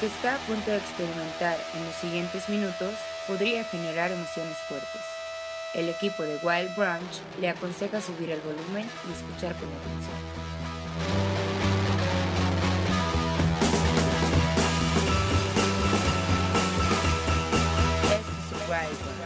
que está a punto de experimentar en los siguientes minutos podría generar emociones fuertes. El equipo de Wild Branch le aconseja subir el volumen y escuchar con atención. Este es Wild Branch.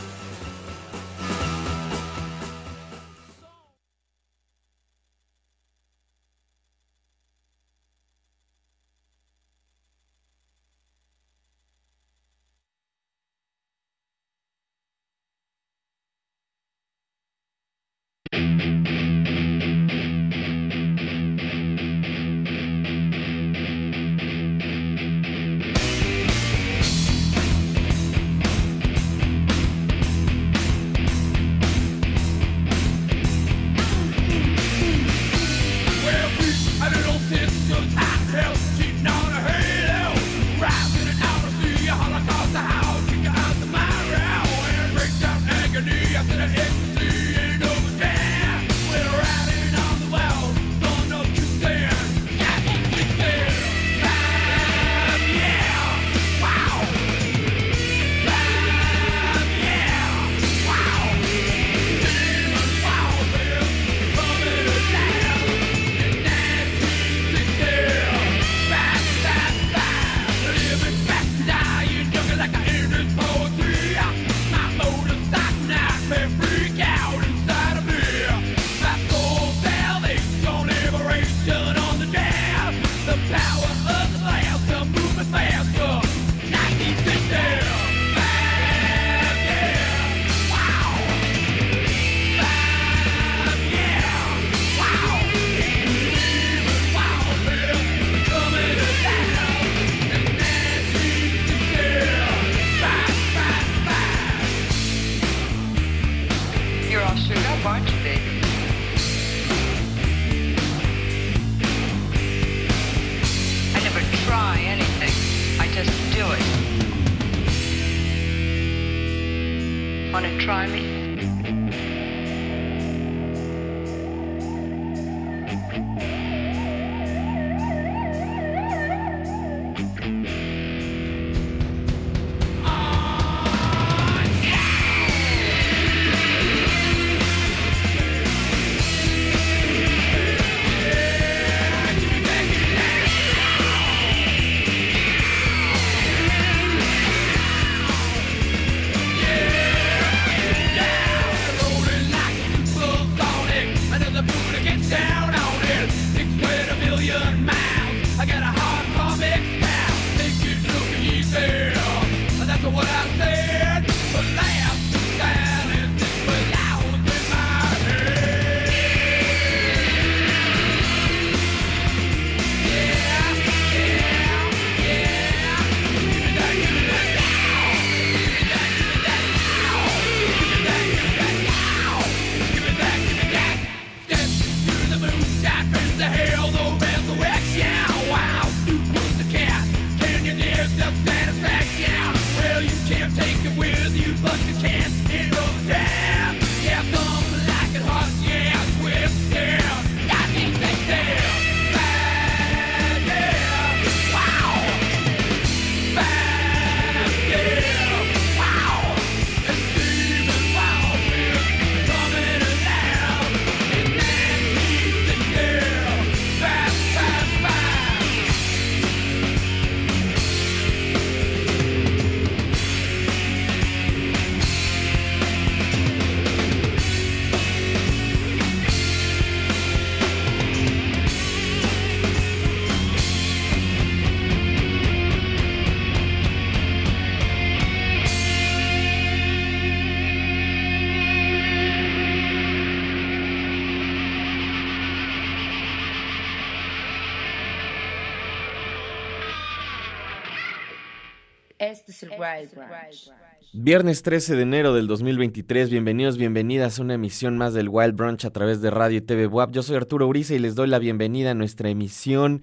Este es el Wild Branch. Viernes 13 de enero del 2023, bienvenidos, bienvenidas a una emisión más del Wild Branch a través de Radio y TV WAP. Yo soy Arturo Uriza y les doy la bienvenida a nuestra emisión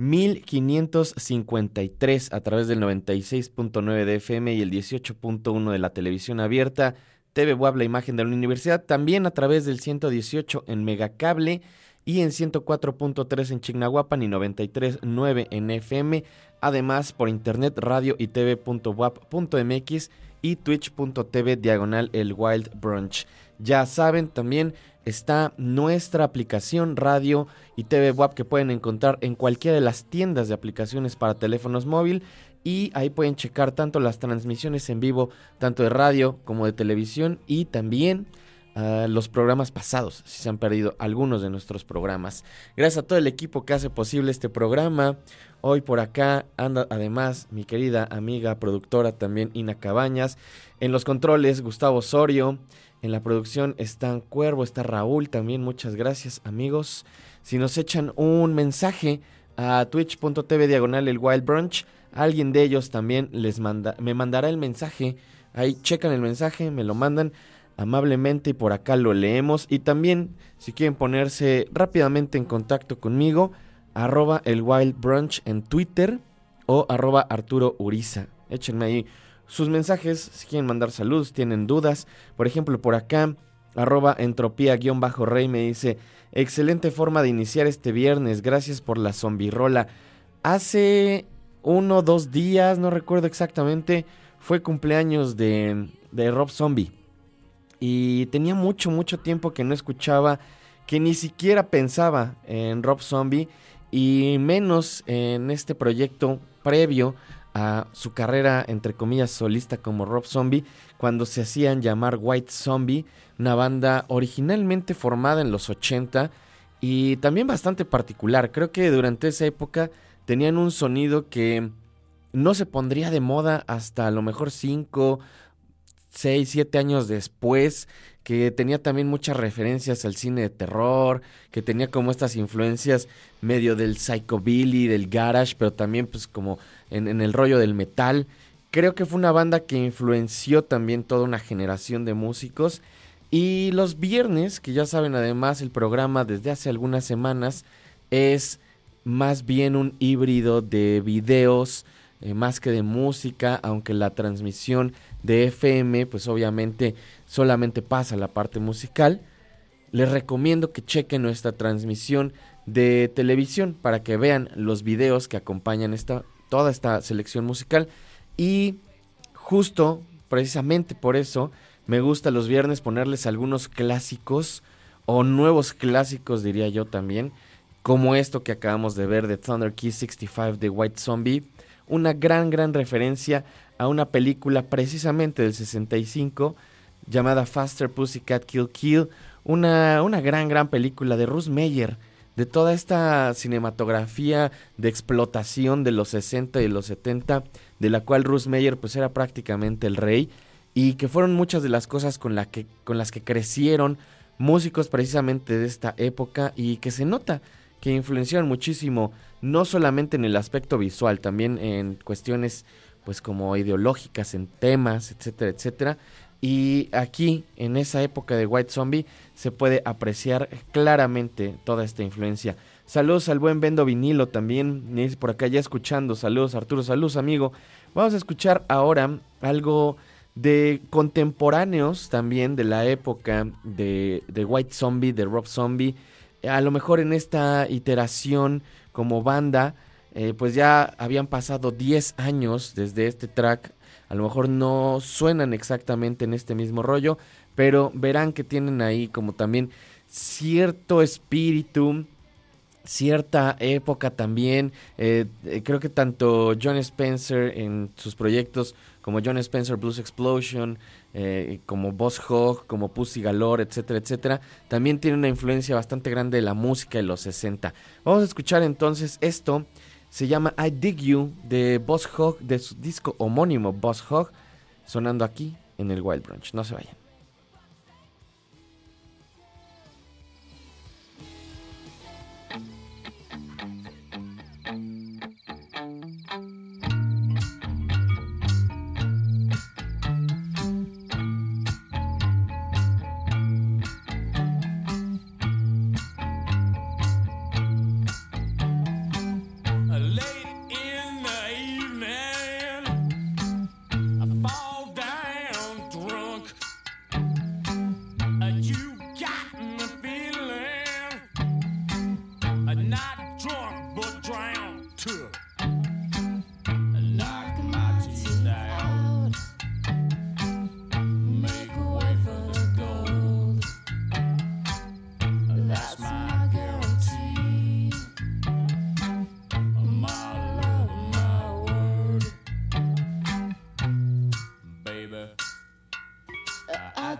1553 a través del 96.9 de FM y el 18.1 de la televisión abierta, TV WAP, la imagen de la universidad, también a través del 118 en Megacable y en 104.3 en Chignahuapan y 93.9 en FM. Además, por internet, radioitv.wap.mx y twitch.tv/ el Wild Brunch. Ya saben, también está nuestra aplicación Radio y TV WAP que pueden encontrar en cualquiera de las tiendas de aplicaciones para teléfonos móviles, y ahí pueden checar tanto las transmisiones en vivo, tanto de radio como de televisión, y también los programas pasados, si se han perdido algunos de nuestros programas. Gracias a todo el equipo que hace posible este programa. Hoy por acá anda además mi querida amiga productora también Ina Cabañas. En los controles Gustavo Osorio. En la producción están Cuervo, está Raúl también. Muchas gracias, amigos. Si nos echan un mensaje a twitch.tv/ el Wild Brunch, alguien de ellos también me mandará el mensaje. Ahí checan el mensaje, me lo mandan amablemente y por acá lo leemos. Y también, si quieren ponerse rápidamente en contacto conmigo, @el Wild Brunch en Twitter o @Arturo Uriza. Échenme ahí sus mensajes si quieren mandar saludos, tienen dudas. Por ejemplo, por acá @entropía_rey me dice: excelente forma de iniciar este viernes, gracias por la zombirrola. Hace 1 o 2 días, no recuerdo exactamente, fue cumpleaños de Rob Zombie. Y tenía mucho tiempo que no escuchaba, que ni siquiera pensaba en Rob Zombie, y menos en este proyecto previo a su carrera, entre comillas, solista como Rob Zombie, cuando se hacían llamar White Zombie, una banda originalmente formada en los 80 y también bastante particular. Creo que durante esa época tenían un sonido que no se pondría de moda hasta a lo mejor 5, 6, 7 años después, que tenía también muchas referencias al cine de terror, que tenía como estas influencias medio del psychobilly, del garage, pero también pues como en el rollo del metal. Creo que fue una banda que influenció también toda una generación de músicos. Y los viernes, que ya saben además el programa desde hace algunas semanas, es más bien un híbrido de videos, más que de música, aunque la transmisión de FM pues obviamente solamente pasa la parte musical. Les recomiendo que chequen nuestra transmisión de televisión para que vean los videos que acompañan toda esta selección musical. Y justo precisamente por eso me gusta los viernes ponerles algunos clásicos o nuevos clásicos, diría yo también, como esto que acabamos de ver de Thunder Key 65 de White Zombie, una gran referencia a una película precisamente del 65 llamada Faster Pussycat Kill Kill, una gran película de Russ Meyer, de toda esta cinematografía de explotación de los 60 y los 70, de la cual Russ Meyer pues era prácticamente el rey, y que fueron muchas de las cosas con las que crecieron músicos precisamente de esta época, y que se nota que influenciaron muchísimo, no solamente en el aspecto visual, también en cuestiones pues como ideológicas, en temas, etcétera, etcétera. Y aquí, en esa época de White Zombie, se puede apreciar claramente toda esta influencia. Saludos al buen Bendo Vinilo también, por acá ya escuchando. Saludos Arturo, saludos amigo. Vamos a escuchar ahora algo de contemporáneos también de la época de White Zombie, de Rob Zombie. A lo mejor en esta iteración como banda, pues ya habían pasado 10 años desde este track. A lo mejor no suenan exactamente en este mismo rollo, pero verán que tienen ahí como también cierto espíritu, cierta época también. Creo que tanto Jon Spencer en sus proyectos como Jon Spencer Blues Explosion, como Boss Hogg, como Pussy Galore, etcétera, etcétera, también tiene una influencia bastante grande de la música de los 60. Vamos a escuchar entonces esto. Se llama I Dig You de Boss Hogg, de su disco homónimo Boss Hogg, sonando aquí en el Wild Brunch. No se vayan.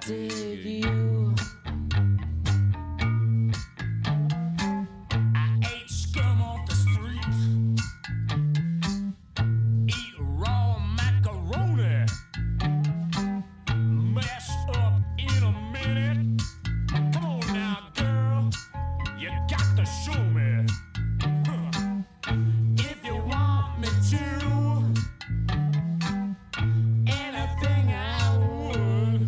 dig you. I ate scum off the street. Eat raw macaroni. Mess up in a minute. Come on now, girl. You got to show me. If you want me to, anything I would.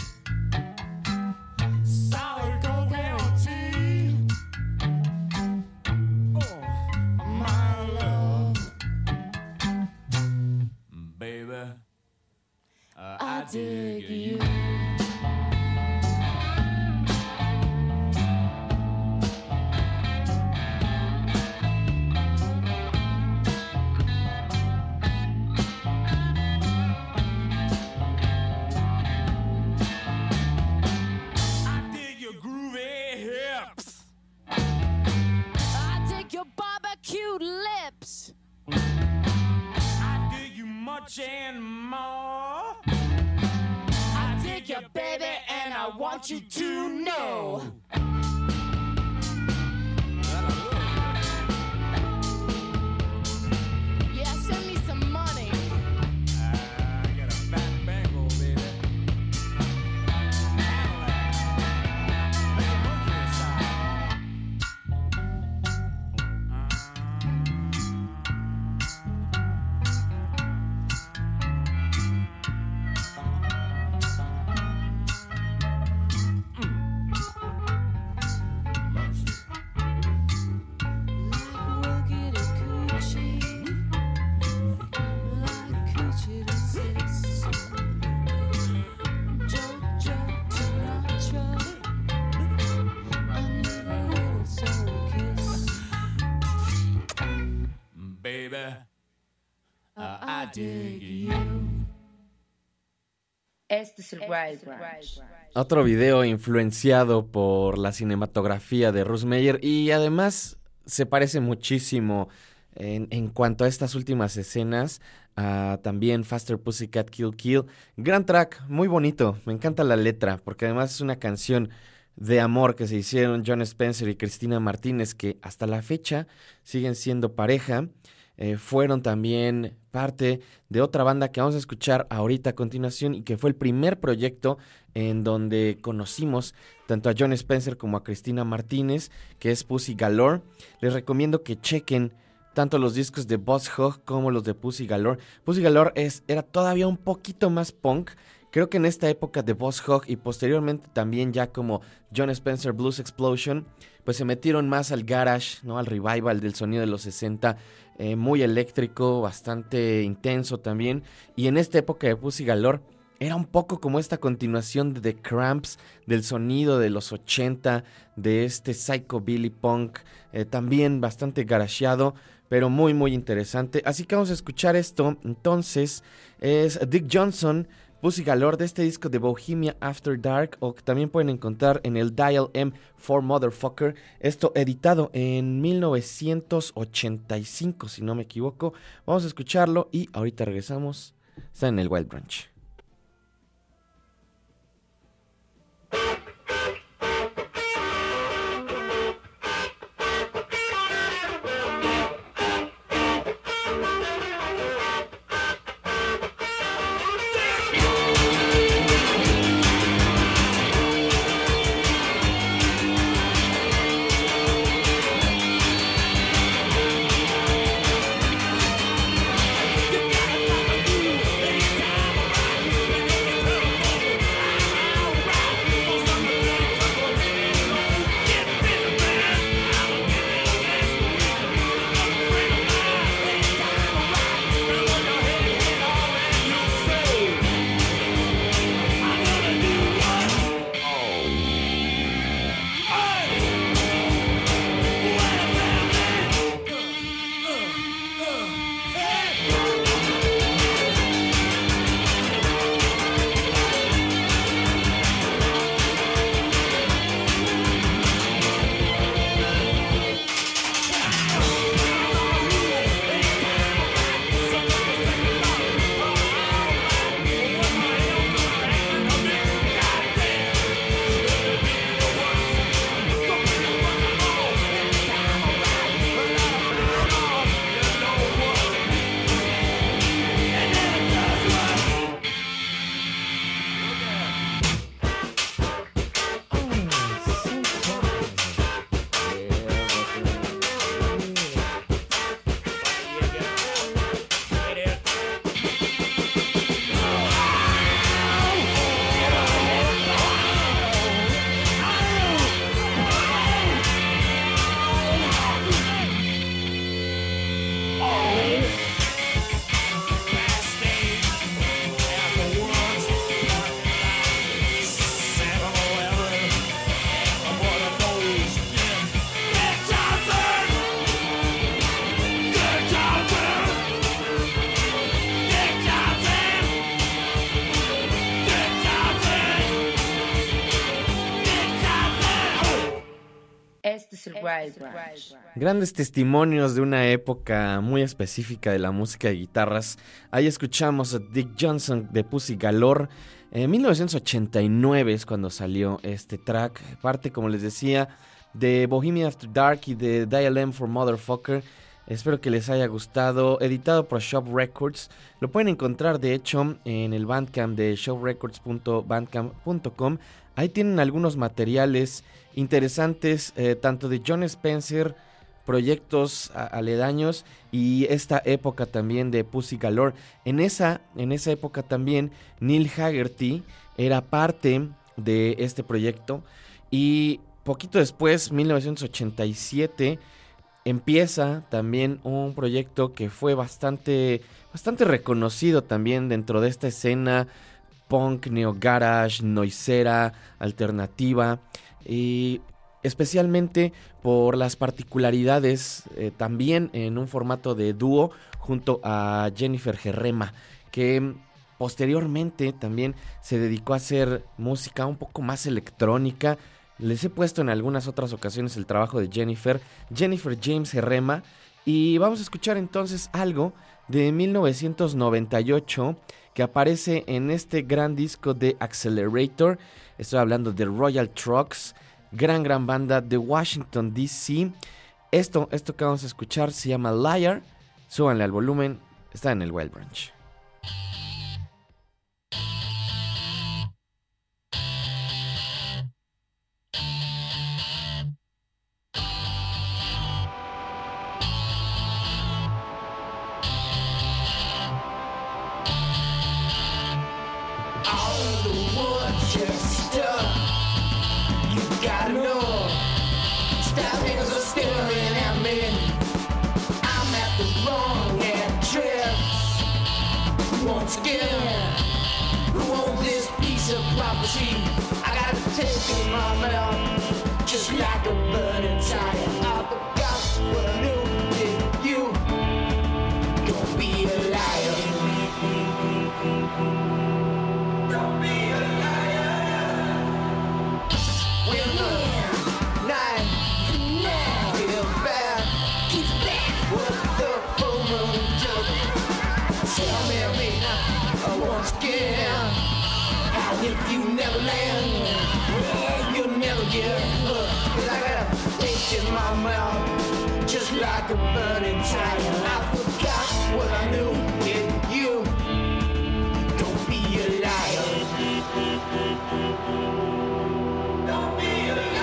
Solid gold guarantee. Oh, my love. Baby, I dig you. I dig your groovy hips. I dig your barbecued lips. I dig you much and more. I dig you, baby, and I want you to know. Yeah, send me some money. I got a fat bangle, baby. Baby, I dig you. Este es el Wild Branch. Otro video influenciado por la cinematografía de Russ Meyer y además se parece muchísimo en cuanto a estas últimas escenas a también Faster Pussycat Kill Kill. Gran track, muy bonito, me encanta la letra porque además es una canción de amor que se hicieron Jon Spencer y Cristina Martínez, que hasta la fecha siguen siendo pareja. Fueron también parte de otra banda que vamos a escuchar ahorita a continuación y que fue el primer proyecto en donde conocimos tanto a Jon Spencer como a Cristina Martínez, que es Pussy Galore. Les recomiendo que chequen tanto los discos de Boss Hogg como los de Pussy Galore. Pussy Galore era todavía un poquito más punk. Creo que en esta época de Boss Hogg y posteriormente también ya como Jon Spencer Blues Explosion, pues se metieron más al garage, ¿no? Al revival del sonido de los 60, muy eléctrico, bastante intenso también. Y en esta época de Pussy Galore era un poco como esta continuación de The Cramps, del sonido de los 80, de este psychobilly punk, también bastante garageado, pero muy muy interesante. Así que vamos a escuchar esto. Entonces es Dick Johnson, Pussy Galore, de este disco de Bohemia After Dark, o que también pueden encontrar en el Dial M4 Motherfucker. Esto editado en 1985, si no me equivoco. Vamos a escucharlo y ahorita regresamos. Está en el Wild Branch. You gotta Este es el Wild Branch. Grandes testimonios de una época muy específica de la música de guitarras. Ahí escuchamos a Dick Johnson de Pussy Galore. En 1989 es cuando salió este track. Parte, como les decía, de Bohemian After Dark y de Dial M for Motherfucker. Espero que les haya gustado. Editado por Shop Records. Lo pueden encontrar, de hecho, en el Bandcamp de shoprecords.bandcamp.com. Ahí tienen algunos materiales interesantes, tanto de Jon Spencer, proyectos aledaños y esta época también de Pussy Galore. En esa época también Neil Haggerty era parte de este proyecto y poquito después, 1987, empieza también un proyecto que fue bastante reconocido también dentro de esta escena punk, neo garage, noisera, alternativa, y especialmente por las particularidades también en un formato de dúo junto a Jennifer Herrema, que posteriormente también se dedicó a hacer música un poco más electrónica. Les he puesto en algunas otras ocasiones el trabajo de Jennifer James Herrema, y vamos a escuchar entonces algo de 1998 que aparece en este gran disco de Accelerator. Estoy hablando de Royal Trucks, gran banda de Washington, D.C. Esto que vamos a escuchar se llama Liar. Súbanle al volumen, está en el Wild Branch. Once again, who owns this piece of property? I got a taste in my mouth, just like a burning tire. I forgot what I knew with you. Don't be a liar. Don't be a liar. When the night feels bad, keeps back what the full moon does. Tell me once again, how if you never land, well, you'll never get up. 'Cause I got a taste in my mouth, just like a burning tire. I forgot what I knew with you. Don't be a liar. Don't be a liar.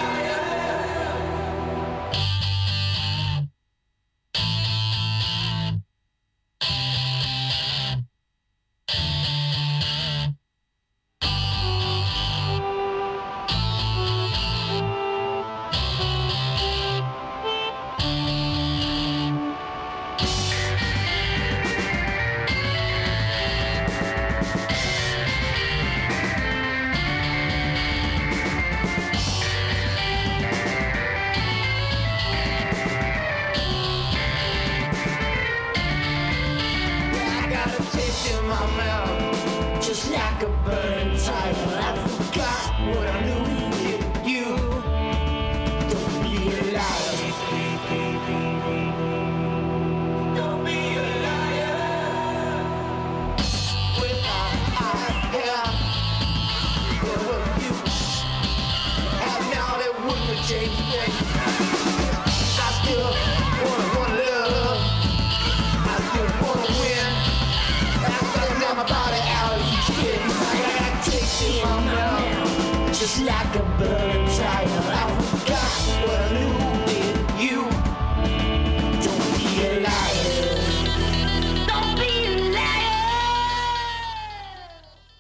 Like a burning tire, I forgot what I knew with you. Don't be a liar. Don't be a liar.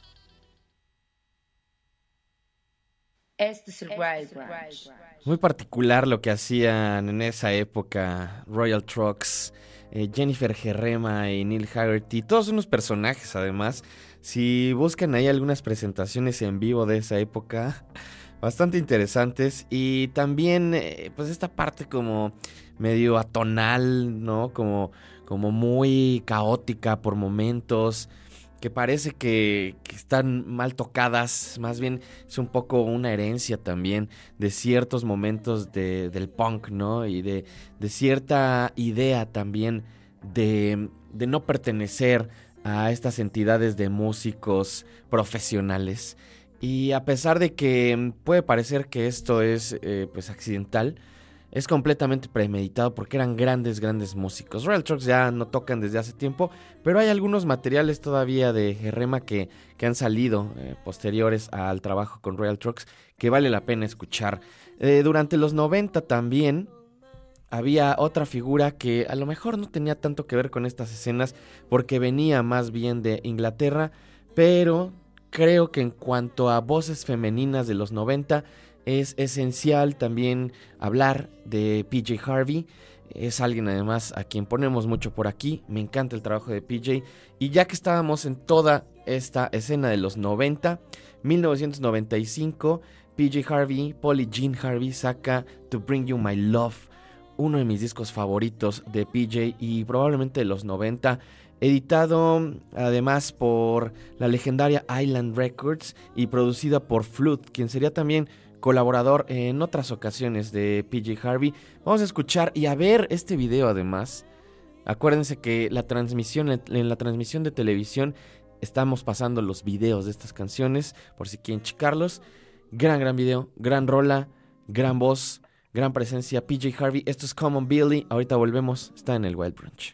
Este es el Wild Branch. Muy particular lo que hacían en esa época Royal Trucks, Jennifer Herrema y Neil Haggerty, todos unos personajes además. Si buscan ahí algunas presentaciones en vivo de esa época, bastante interesantes. Y también pues esta parte como medio atonal, ¿no? Como muy caótica por momentos. parece que están mal tocadas. Más bien es un poco una herencia también de ciertos momentos del punk, ¿no? Y de cierta idea también de no pertenecer a estas entidades de músicos profesionales. Y a pesar de que puede parecer que esto es pues accidental, es completamente premeditado porque eran grandes músicos. Royal Trux ya no tocan desde hace tiempo, pero hay algunos materiales todavía de Gerrema que han salido posteriores al trabajo con Royal Trux que vale la pena escuchar. Durante los 90 también había otra figura que a lo mejor no tenía tanto que ver con estas escenas porque venía más bien de Inglaterra, pero creo que en cuanto a voces femeninas de los 90 es esencial también hablar de PJ Harvey. Es alguien además a quien ponemos mucho por aquí. Me encanta el trabajo de PJ. Y ya que estábamos en toda esta escena de los 90, 1995, PJ Harvey, Polly Jean Harvey saca To Bring You My Love, uno de mis discos favoritos de PJ y probablemente de los 90, editado además por la legendaria Island Records y producida por Flood, quien sería también colaborador en otras ocasiones de PJ Harvey. Vamos a escuchar y a ver este video además. Acuérdense que en la transmisión de televisión estamos pasando los videos de estas canciones por si quieren checarlos. Gran video, gran rola, gran voz, gran presencia. PJ Harvey, esto es Come On Billy. Ahorita volvemos, está en el Wild Brunch.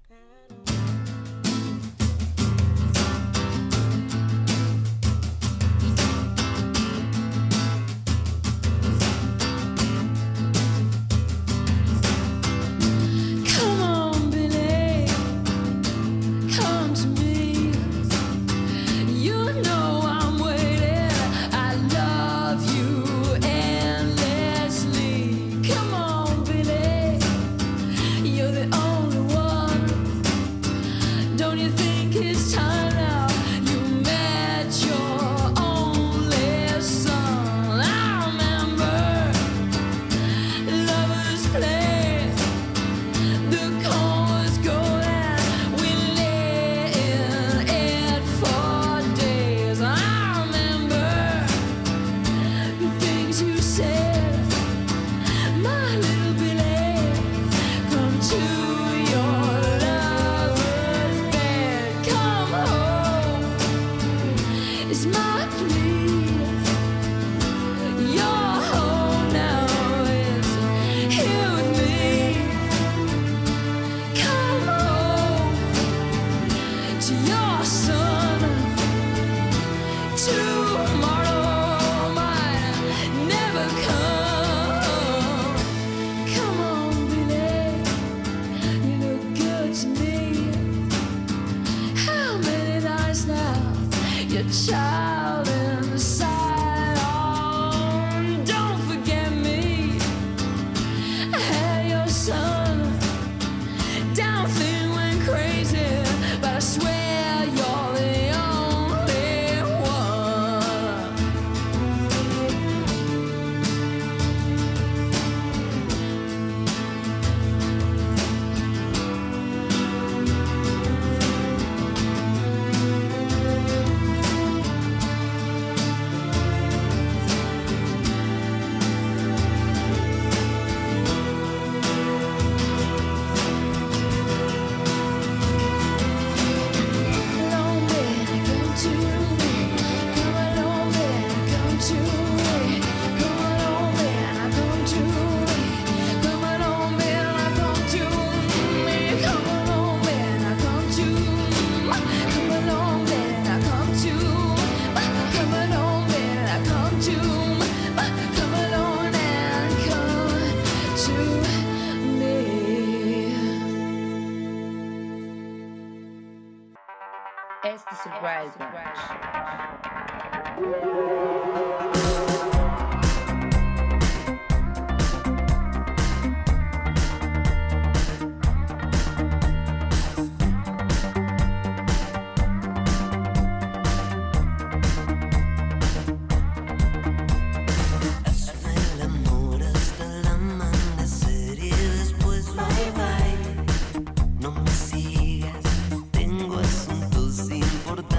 Este es el Wild Brunch. No me sigas, tengo asuntos importantes.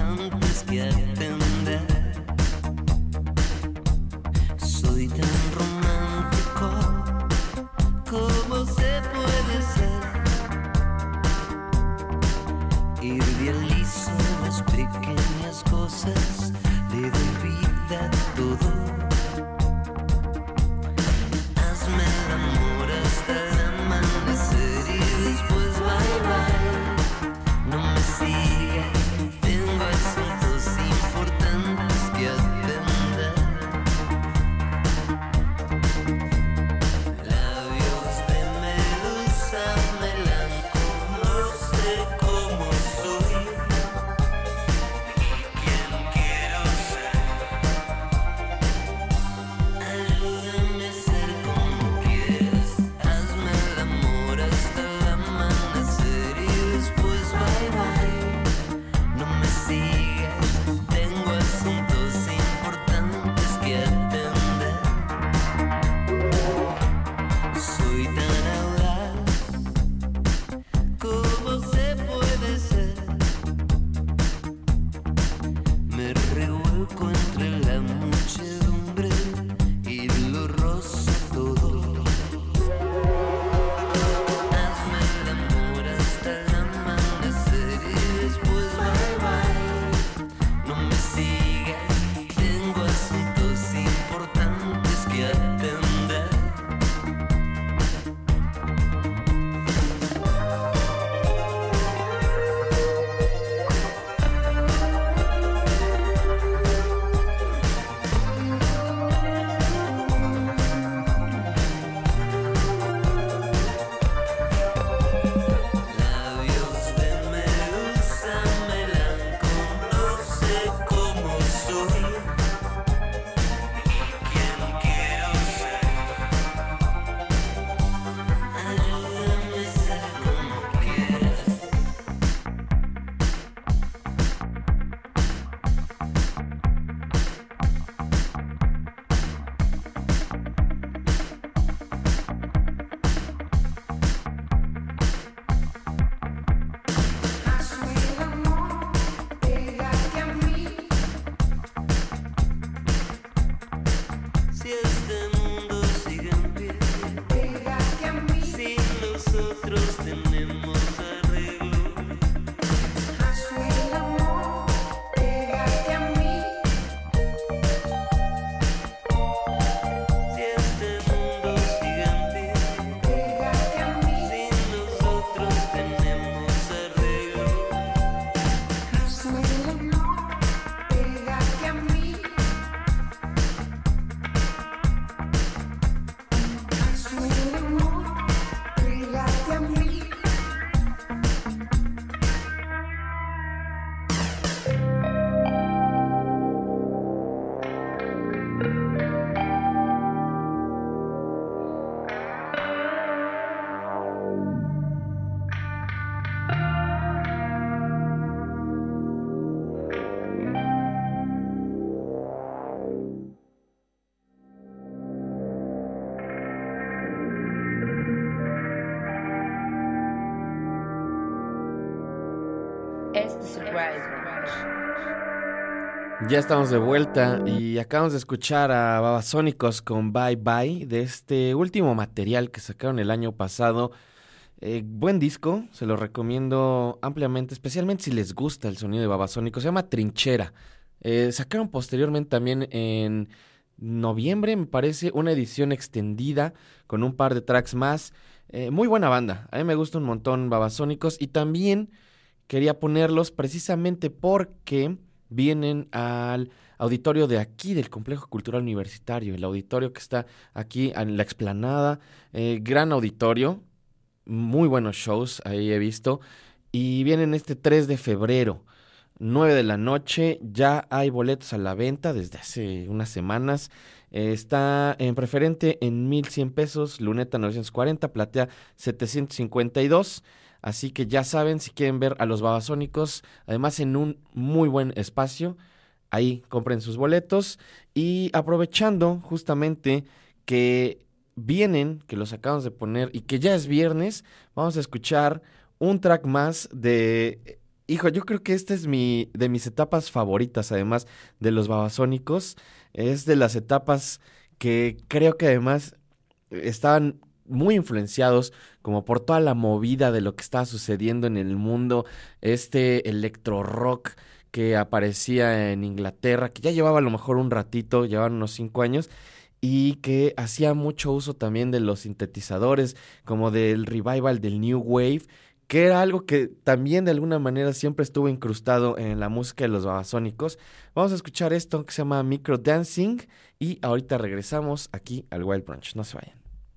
es Wild Branch. Ya estamos de vuelta y acabamos de escuchar a Babasónicos con Bye Bye de este último material que sacaron el año pasado. Buen disco, se lo recomiendo ampliamente, especialmente si les gusta el sonido de Babasónicos. Se llama Trinchera. Sacaron posteriormente también en noviembre, me parece, una edición extendida con un par de tracks más. Muy buena banda, a mí me gusta un montón Babasónicos y también quería ponerlos precisamente porque vienen al auditorio de aquí, del Complejo Cultural Universitario, el auditorio que está aquí en la explanada, gran auditorio, muy buenos shows, ahí he visto, y vienen este 3 de febrero, 9 de la noche, ya hay boletos a la venta desde hace unas semanas, está en preferente en 1,100 pesos, luneta 940, platea 752. Así que ya saben, si quieren ver a los Babasónicos, además en un muy buen espacio, ahí compren sus boletos. Y aprovechando justamente que vienen, que los acabamos de poner y que ya es viernes, vamos a escuchar un track más de... Hijo, yo creo que esta es de mis etapas favoritas, además de los Babasónicos. Es de las etapas que creo que además estaban muy influenciados como por toda la movida de lo que estaba sucediendo en el mundo, este electro rock que aparecía en Inglaterra, que ya llevaba a lo mejor un ratito, llevaban unos 5 años, y que hacía mucho uso también de los sintetizadores, como del revival del New Wave, que era algo que también de alguna manera siempre estuvo incrustado en la música de los Babasónicos. Vamos a escuchar esto que se llama Micro Dancing y ahorita regresamos aquí al Wild Branch. No se vayan.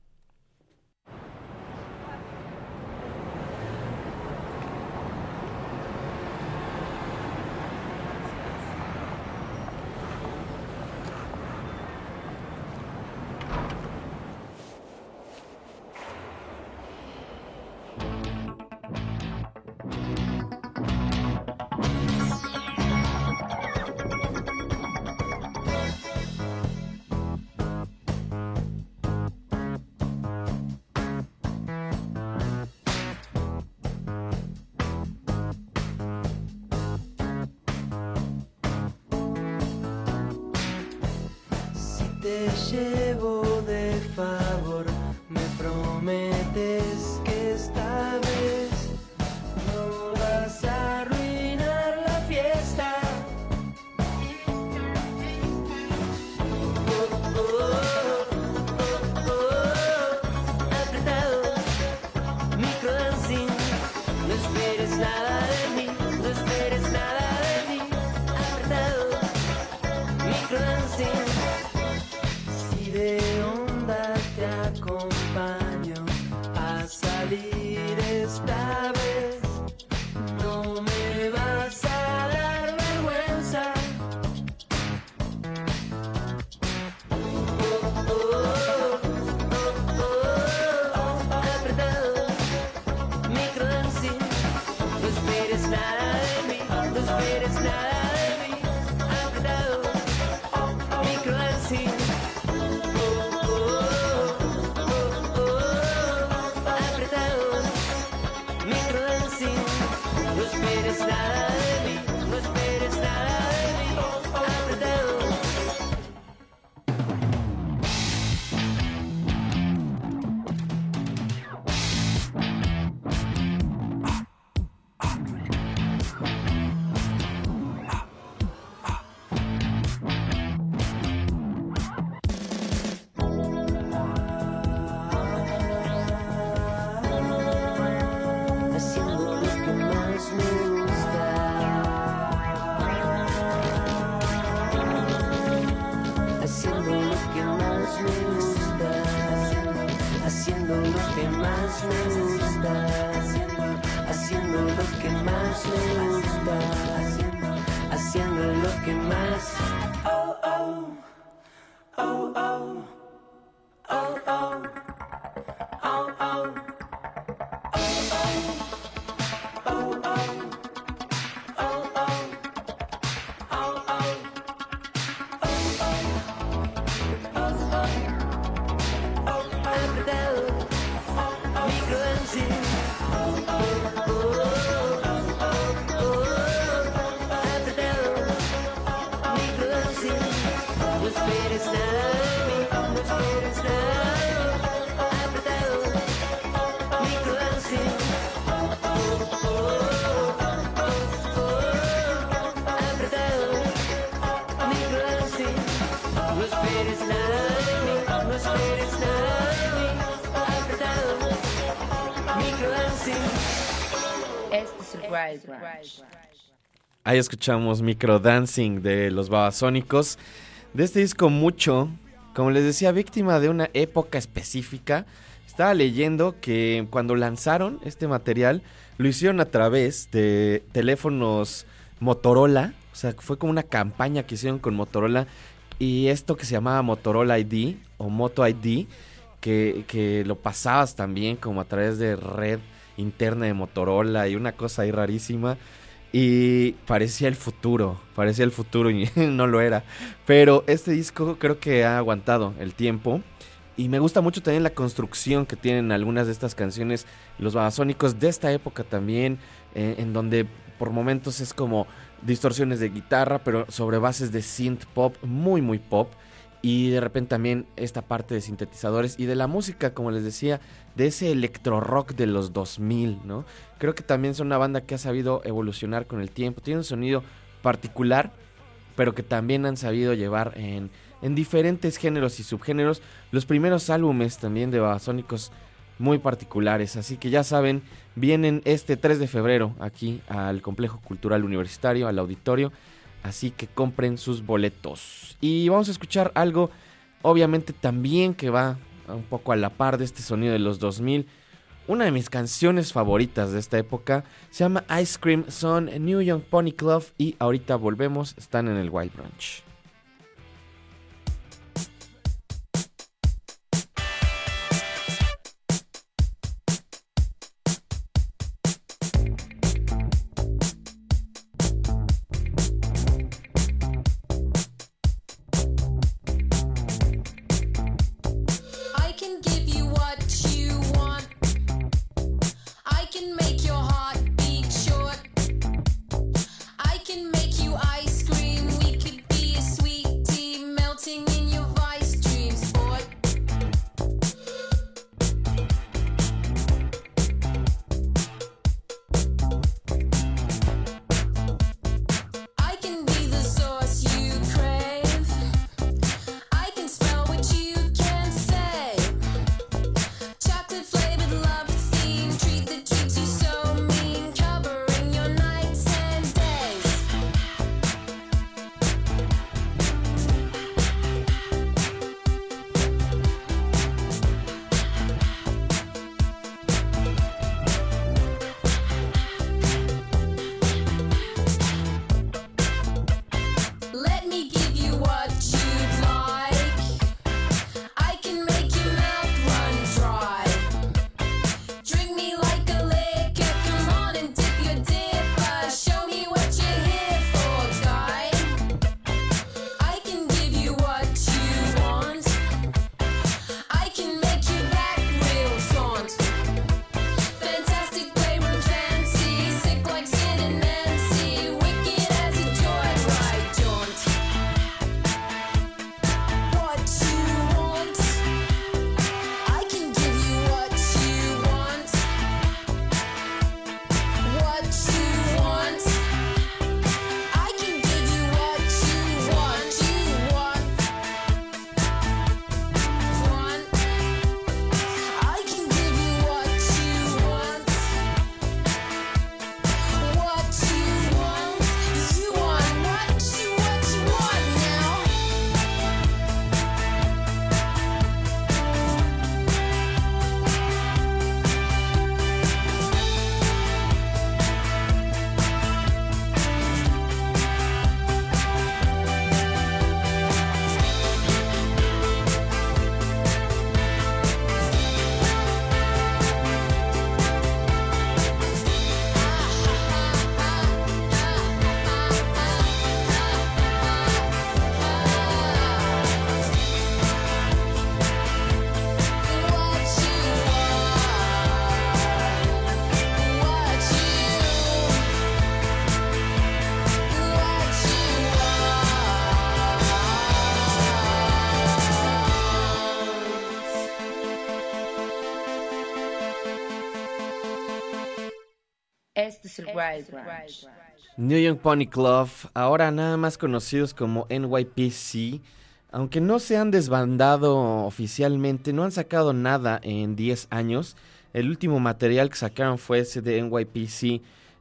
Te llevo de favor, me prometes que esta vez no vas a arruinar la fiesta. Apretado, microdancing, no esperes nada de mí, no esperes nada de mí. Apretado, microdancing. De onda te acompaño a salir esta vez. No me vas a dar vergüenza. Apretado, microdancing. No esperes nada de mí, no esperes nada de mí. Apretado, microdancing. No esperes nada de mí, no esperes nada de mí, apretado. Haciendo lo que más me gusta. Haciendo lo que más me gusta. Haciendo lo que más me gusta. Haciendo lo que más me gusta. Haciendo lo que más. Oh, oh. Oh, oh. Oh, oh. Oh, oh. Microdancing. Wild Branch. Ahí escuchamos Microdancing de los Babasónicos. De este disco mucho, como les decía, víctima de una época específica. Estaba leyendo que cuando lanzaron este material lo hicieron a través de teléfonos Motorola. O sea, fue como una campaña que hicieron con Motorola. Y esto que se llamaba Motorola ID o Moto ID, que lo pasabas también como a través de red interna de Motorola y una cosa ahí rarísima. Y parecía el futuro y no lo era. Pero este disco creo que ha aguantado el tiempo. Y me gusta mucho también la construcción que tienen algunas de estas canciones, los Babasónicos de esta época también, en donde por momentos es como distorsiones de guitarra, pero sobre bases de synth pop, muy muy pop. Y de repente también esta parte de sintetizadores y de la música, como les decía, de ese electro rock de los 2000, ¿no? Creo que también son una banda que ha sabido evolucionar con el tiempo. Tiene un sonido particular, pero que también han sabido llevar en diferentes géneros y subgéneros. Los primeros álbumes también de Babasónicos muy particulares. Así que ya saben, vienen este 3 de febrero aquí al Complejo Cultural Universitario, al auditorio. Así que compren sus boletos. Y vamos a escuchar algo, obviamente también que va un poco a la par de este sonido de los 2000. Una de mis canciones favoritas de esta época se llama Ice Cream, son New Young Pony Club. Y ahorita volvemos, están en el Wild Branch. I can give you what you want. I can make your heart beat short. I can make you ice cream. We could be a sweet tea melting in your vice dream sport. I can be the source you crave. I can spell what you can say. Chocolate flavored love theme, treat that keeps you so mean, covering your nights and days. Let me give you what you'd like. I can make your mouth run dry. Drink me like a liquor, come on and dip your dipper. Show me what you're here for, guy. I can give you what you want. I can make you back real taunt. Fantastic playroom fancy, sick like Sid and Nancy, wicked as a joyride jaunt. What you want, I can give you what you want. What you want, I can give you what you want. You want, I can give you what you want. What you want, you want what you want now. Este es el Wild Branch. New Young Pony Club, ahora nada más conocidos como NYPC, aunque no se han desbandado oficialmente, no han sacado nada en 10 años. El último material que sacaron fue ese de NYPC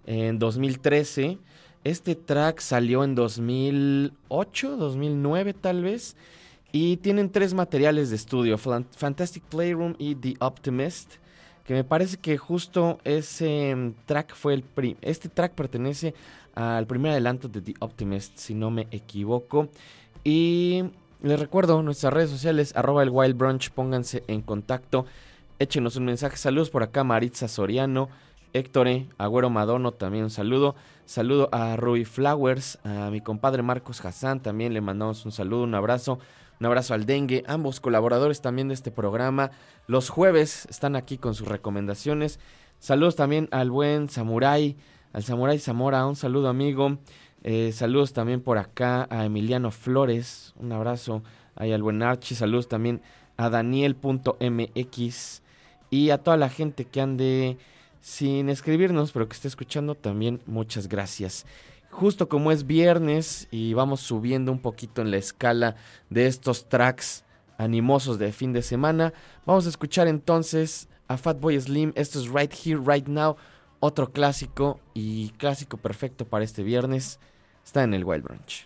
en 2013. Este track salió en 2008, 2009 tal vez. Y tienen 3 materiales de estudio, Fantastic Playroom y The Optimist, que me parece que justo ese track fue este track pertenece al primer adelanto de The Optimist, si no me equivoco. Y les recuerdo nuestras redes sociales, @elwildbrunch, pónganse en contacto, échenos un mensaje. Saludos por acá, Maritza Soriano, Héctor Agüero Madono, también un saludo. Saludo a Ruby Flowers, a mi compadre Marcos Hassan, también le mandamos un saludo, un abrazo. Un abrazo al Dengue, ambos colaboradores también de este programa. Los jueves están aquí con sus recomendaciones. Saludos también al buen Samurai, al Samurai Zamora, un saludo amigo. Saludos también por acá a Emiliano Flores, un abrazo ahí al buen Archie. Saludos también a Daniel.mx y a toda la gente que ande sin escribirnos, pero que esté escuchando también, muchas gracias. Justo como es viernes y vamos subiendo un poquito en la escala de estos tracks animosos de fin de semana, vamos a escuchar entonces a Fatboy Slim. Esto es Right Here, Right Now, otro clásico y clásico perfecto para este viernes. Está en el Wild Brunch.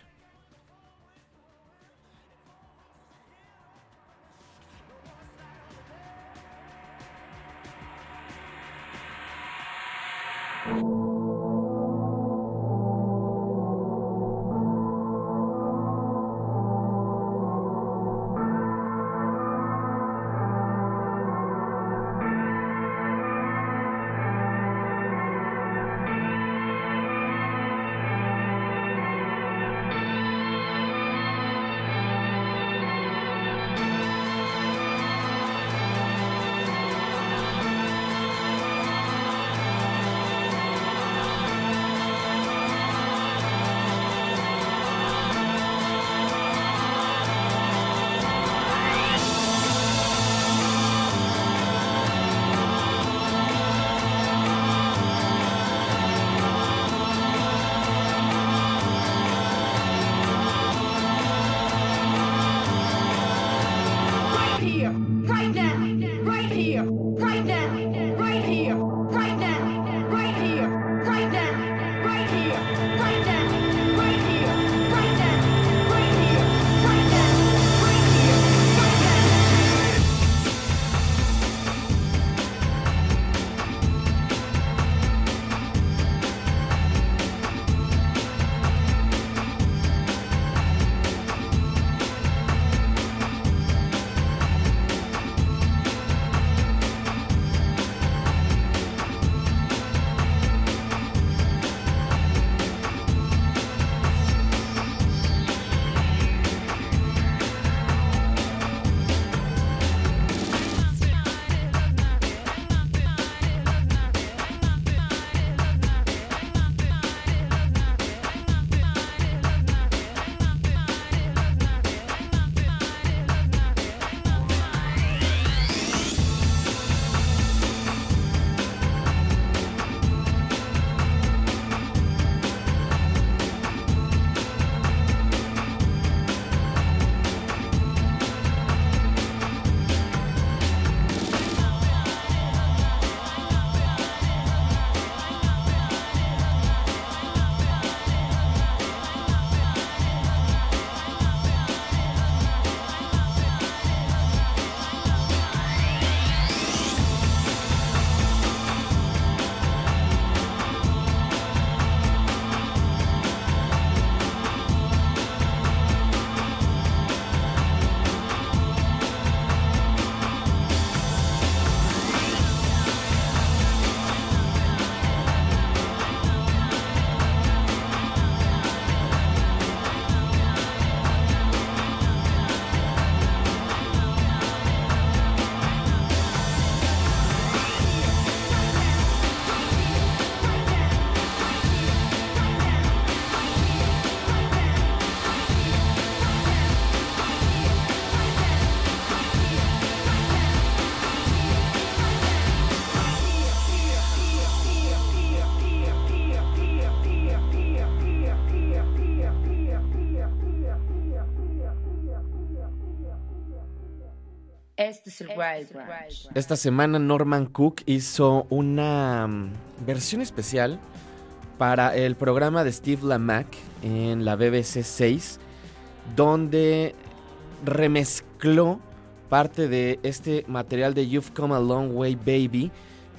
Este es el Wild Branch. Esta semana Norman Cook hizo una versión especial, para el programa de Steve Lamacq en la BBC 6, donde remezcló parte de este material de You've Come a Long Way Baby,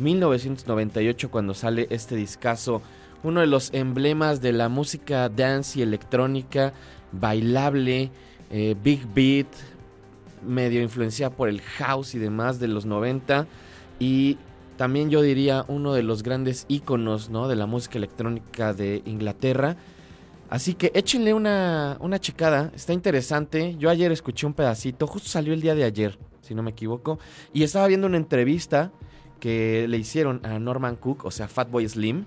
1998, cuando sale este discazo, uno de los emblemas de la música dance y electrónica, bailable, big beat, medio influenciada por el house y demás de los 90, y también yo diría uno de los grandes íconos, ¿no?, de la música electrónica de Inglaterra. Así que échenle una checada, está interesante. Yo ayer escuché un pedacito, justo salió el día de ayer, si no me equivoco, y estaba viendo una entrevista que le hicieron a Norman Cook, o sea, Fatboy Slim,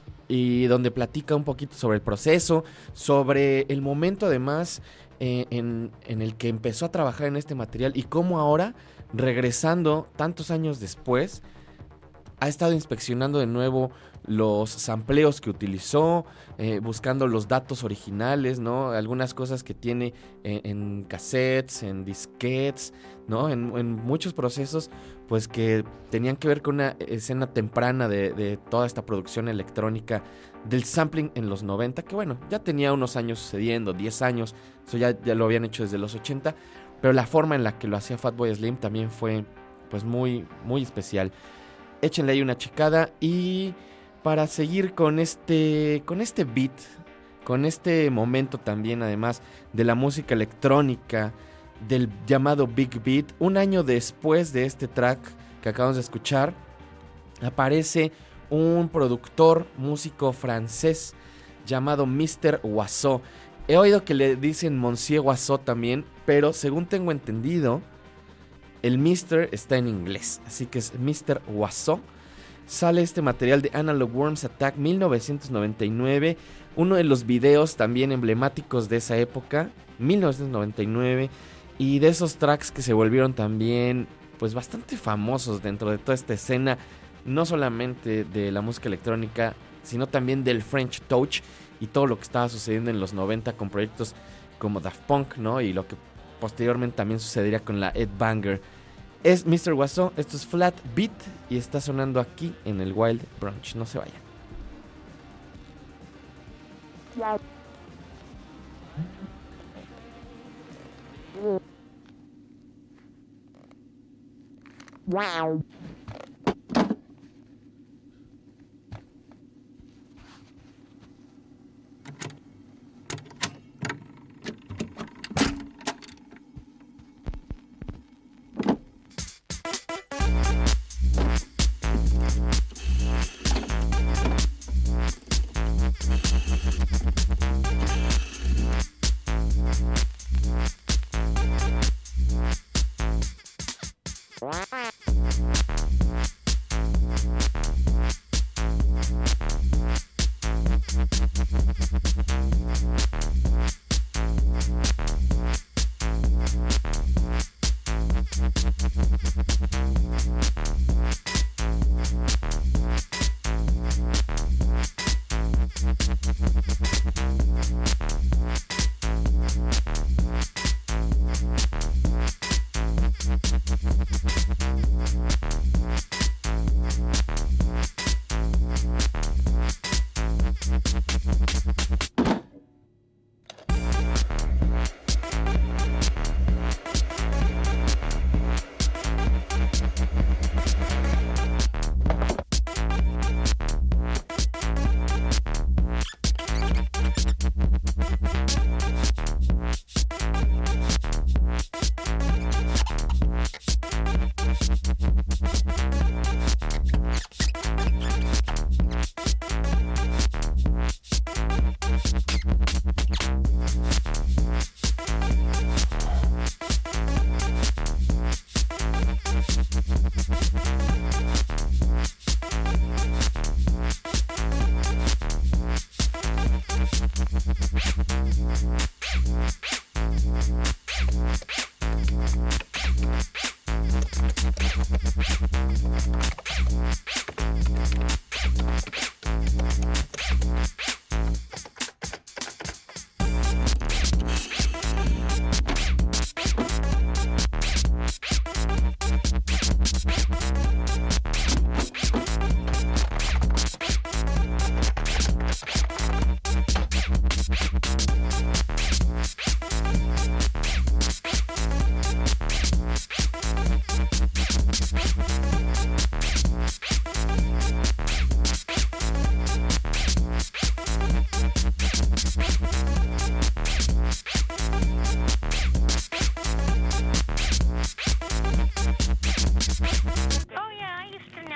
y donde platica un poquito sobre el proceso, sobre el momento además en el que empezó a trabajar en este material y cómo ahora, regresando tantos años después, ha estado inspeccionando de nuevo los sampleos que utilizó, buscando los datos originales, ¿no? Algunas cosas que tiene en cassettes, en disquetes, ¿no? En muchos procesos, pues que tenían que ver con una escena temprana de toda esta producción electrónica del sampling en los 90, que bueno, ya tenía unos años sucediendo, 10 años, eso ya lo habían hecho desde los 80, pero la forma en la que lo hacía Fatboy Slim también fue pues muy, muy especial. Échenle ahí una checada. Y para seguir con este beat, con este momento también además de la música electrónica, del llamado Big Beat, un año después de este track que acabamos de escuchar, aparece un productor, músico francés llamado Mr. Oizo. He oído que le dicen Monsieur Oizo también, pero según tengo entendido, el Mr. está en inglés, así que es Mr. Oizo. Sale este material de Analog Worms Attack 1999, uno de los videos también emblemáticos de esa época, 1999, y de esos tracks que se volvieron también pues bastante famosos dentro de toda esta escena, no solamente de la música electrónica, sino también del French Touch y todo lo que estaba sucediendo en los 90 con proyectos como Daft Punk, ¿no? Y lo que posteriormente también sucedería con la Ed Banger. Es Mr. Oizo, esto es Flat Beat y está sonando aquí en el Wild Brunch. No se vayan. Wow.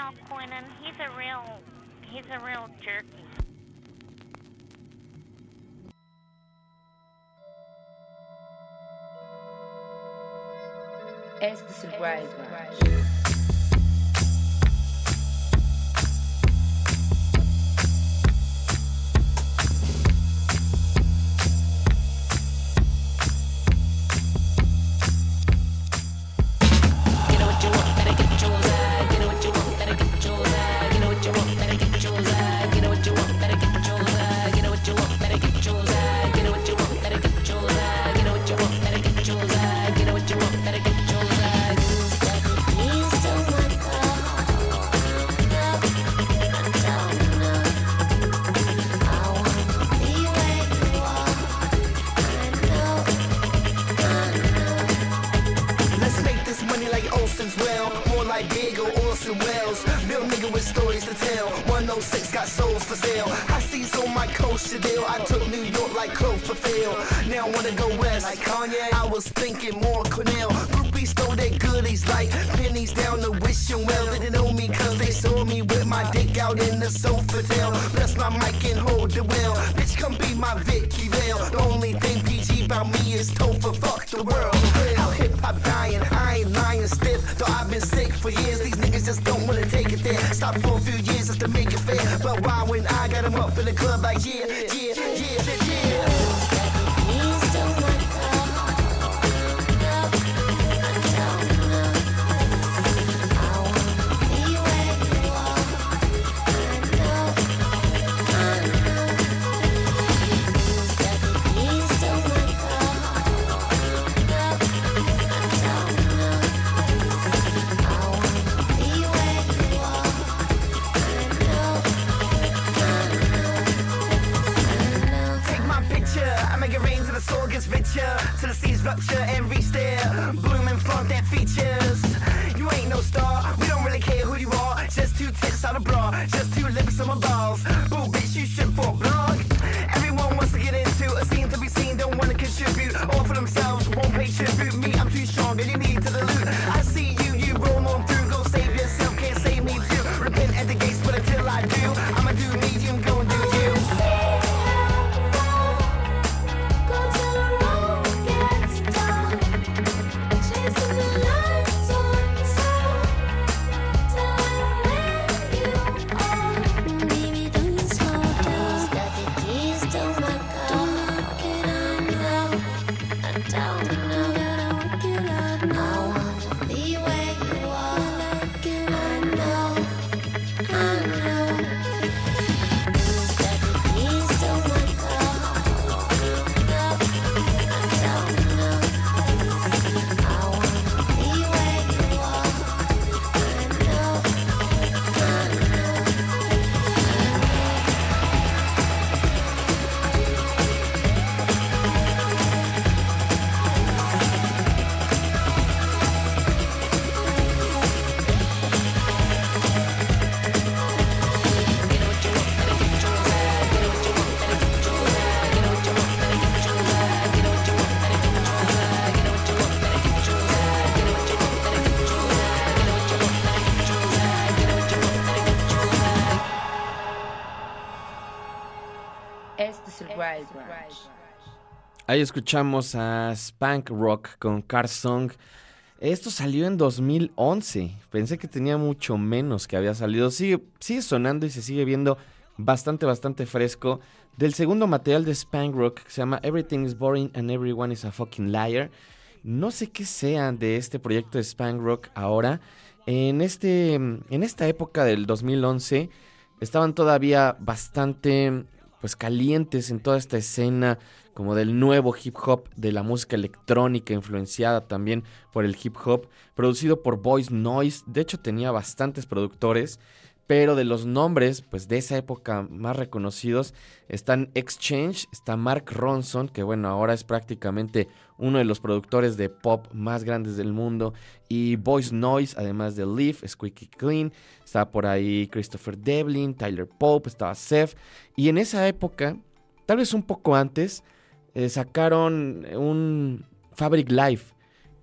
Al Quinnan. He's a real jerky. Este es el Wild Branch. Let's make this money like Olsen's Well, more like Diego Orson Welles. Real nigga with stories to tell. 106 got souls for sale. I seas on my coast to deal. I took New York like Cloverfield. Now I wanna go west like Kanye. I was thinking more Cornell. Groupies stole their goodies like pennies down the wishing well. They didn't know me cause they saw me with my dick out in the Sofitel. Bless my mic and hold the wheel. Bitch, come be my Vicky Vale. The only thing PG about me is Topher. Fuck the world. How hip hop dying, I ain't lying stiff. Though I've been sick for years, these niggas just don't wanna take it there. Stop for a few years just to make it fair. But why when I got them up in the club like yeah, yeah, yeah, yeah. Take my picture, I make it rain till the soul gets richer, till the seas rupture and reach there. Bloom and flaunt their features. You ain't no star, we don't really care who you are. Just two tits out of bra, just two lips on my balls. Boo, bitch, you should for a blog. Everyone wants to get into a scene to be seen, don't wanna contribute. All for themselves, won't pay tribute. Me, I'm too strong, and you need to the loot. I see you, you roll on through, go save yourself, can't save me too. Repent at the gates, but until I do, I'ma do me, you go and do you. Este es el Wild Branch. Ahí escuchamos a Spank Rock con Car Song. Esto salió en 2011. Pensé que tenía mucho menos que había salido. Sigue sonando y se sigue viendo bastante fresco. Del segundo material de Spank Rock, que se llama Everything is Boring and Everyone is a Fucking Liar. No sé qué sea de este proyecto de Spank Rock ahora. En esta época del 2011 estaban todavía bastante pues calientes en toda esta escena como del nuevo hip hop, de la música electrónica influenciada también por el hip hop, producido por Boys Noise. De hecho tenía bastantes productores, pero de los nombres pues de esa época más reconocidos están Exchange, está Mark Ronson, que bueno, ahora es prácticamente uno de los productores de pop más grandes del mundo, y Boys Noise, además de Leaf, Squeaky Clean, estaba por ahí Christopher Devlin, Tyler Pope, estaba Seth, y en esa época, tal vez un poco antes, sacaron un Fabric Live,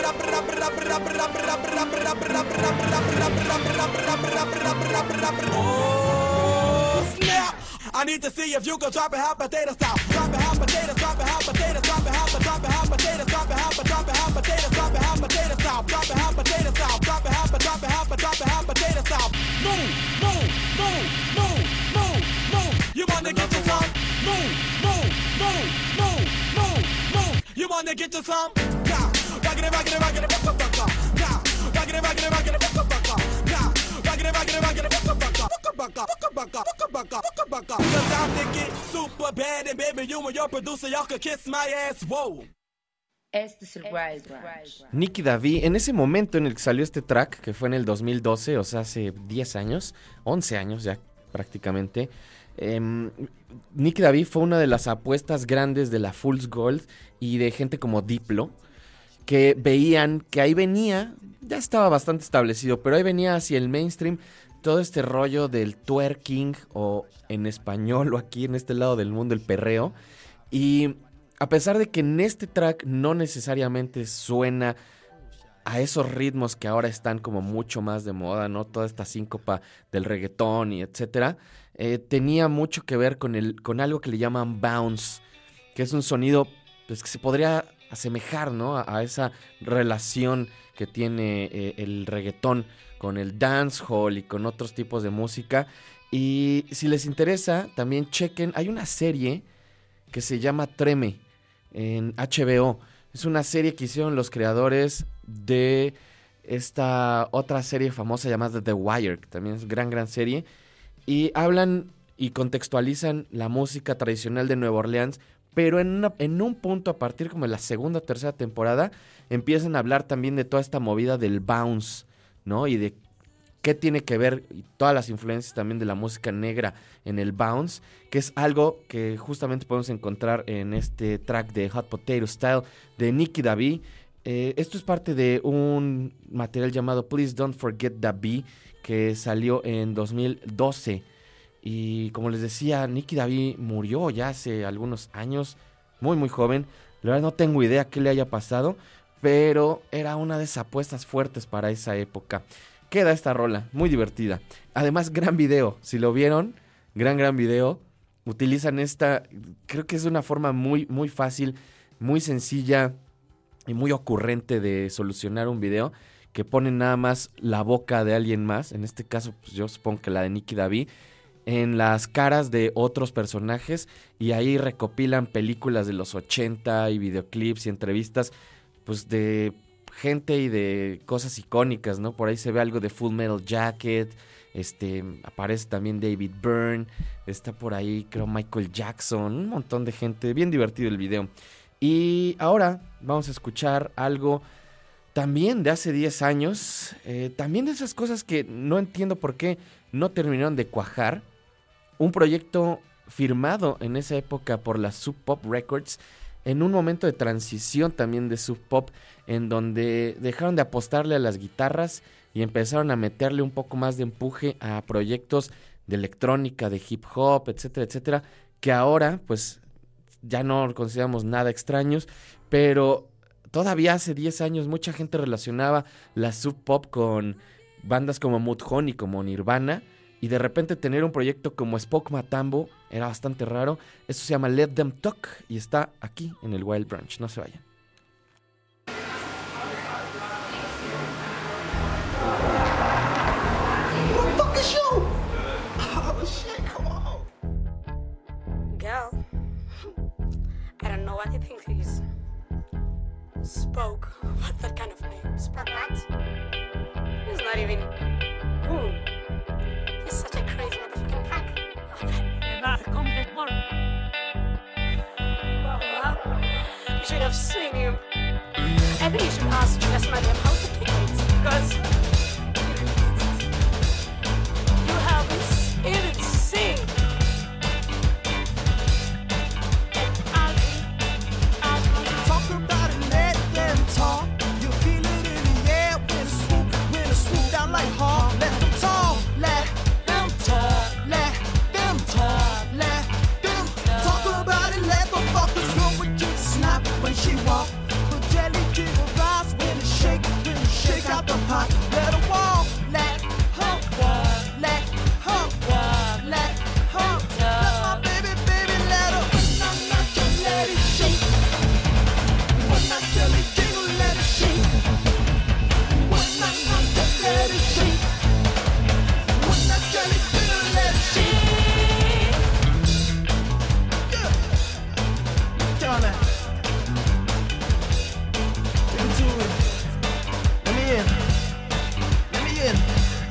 Oh, snap! I need to see if you can drop it hot potato style. Drop it hot potatoes, drop it hot potatoes, drop it hot, drop it hot potatoes, drop it hot, drop it hot potatoes, drop it hot potato style. Drop it hot potato style. Drop it hot, drop it hot, drop it hot potato style. Move, move, move, move, move, move. You wanna get you some? Move, move, move, move, move, move. You wanna get you some? Yeah. Rockity, rockity, rockity, bucka, bucka. Yeah. Rockity, rockity, rockity, bucka, bucka. Yeah. Rockity, rockity, rockity, bucka, bucka. Bucka, bucka, bucka, bucka, bucka, bucka, bucka, bucka. 'Cause I'm thinking super bad and baby, you and your producer, y'all could kiss my ass. Whoa. Este es el Wild Branch. Nicky Davi, en ese momento en el que salió este track, que fue en el 2012, o sea, hace 10 años, 11 años ya prácticamente, Nicky Davi fue una de las apuestas grandes de la Fool's Gold y de gente como Diplo, que veían que ahí venía, ya estaba bastante establecido, pero ahí venía hacia el mainstream todo este rollo del twerking, o en español, o aquí en este lado del mundo, el perreo, y a pesar de que en este track no necesariamente suena a esos ritmos que ahora están como mucho más de moda, ¿no? Toda esta síncopa del reggaetón y etcétera. tenía mucho que ver con algo que le llaman bounce, que es un sonido pues, que se podría asemejar, ¿no? a esa relación que tiene el reggaetón con el dancehall y con otros tipos de música. Y si les interesa, también chequen, hay una serie que se llama Treme en HBO. Es una serie que hicieron los creadores de esta otra serie famosa llamada The Wire, que también es gran serie. Y hablan y contextualizan la música tradicional de Nueva Orleans, pero en un punto, a partir como de la segunda o tercera temporada, empiezan a hablar también de toda esta movida del bounce, ¿no? Y de qué tiene que ver y todas las influencias también de la música negra en el bounce, que es algo que justamente podemos encontrar en este track de Hot Potato Style de Nicky Davi. Esto es parte de un material llamado Please Don't Forget Davi, que salió en 2012. Y como les decía, Nicky Davi murió ya hace algunos años, muy joven. La verdad no tengo idea qué le haya pasado, pero era una de esas apuestas fuertes para esa época. Queda esta rola, muy divertida. Además, gran video, si lo vieron, gran video. Utilizan esta, creo que es una forma muy fácil, muy sencilla y muy ocurrente de solucionar un video, que ponen nada más la boca de alguien más, en este caso pues yo supongo que la de Nicky Davi, en las caras de otros personajes, y ahí recopilan películas de los 80 y videoclips y entrevistas pues de gente y de cosas icónicas, ¿no? Por ahí se ve algo de Full Metal Jacket, aparece también David Byrne, está por ahí creo Michael Jackson, un montón de gente, bien divertido el video. Y ahora vamos a escuchar algo también de hace 10 años, también de esas cosas que no entiendo por qué no terminaron de cuajar. Un proyecto firmado en esa época por la Sub Pop Records, en un momento de transición también de Sub Pop, en donde dejaron de apostarle a las guitarras y empezaron a meterle un poco más de empuje a proyectos de electrónica, de hip hop, etcétera, que ahora pues ya no consideramos nada extraños, pero todavía hace 10 años mucha gente relacionaba la Sub Pop con bandas como Mudhoney, como Nirvana, y de repente tener un proyecto como Spoke Matambo era bastante raro. Esto se llama Let Them Talk y está aquí en el Wild Branch. No se vayan. Who the fuck is you? Oh shit, come on. Girl, I don't know what you think he is. Spoke. What that kind of name? Spoke what? He's not even... Ooh. He's such a crazy motherfucking punk. Well, you should have seen him. I think you should ask Julius Madam how to kick it, because you haven't even seen. Talk about it, let them talk. You feel it in the air when it swoop down like hawk. Let them talk, let them talk, let them talk, let them talk about it. Let the fuckers go with you snap when she walk. Put jelly to her rise when it shake out the pot. Let her walk, let her walk, let her walk, let her talk. Let my baby, let her. Let it shake. When I tell it jingle, let it shake. When I let it shake. When I tell it jingle, let it shake. Yeah. Turn that. Into it. Let me in. Let me in.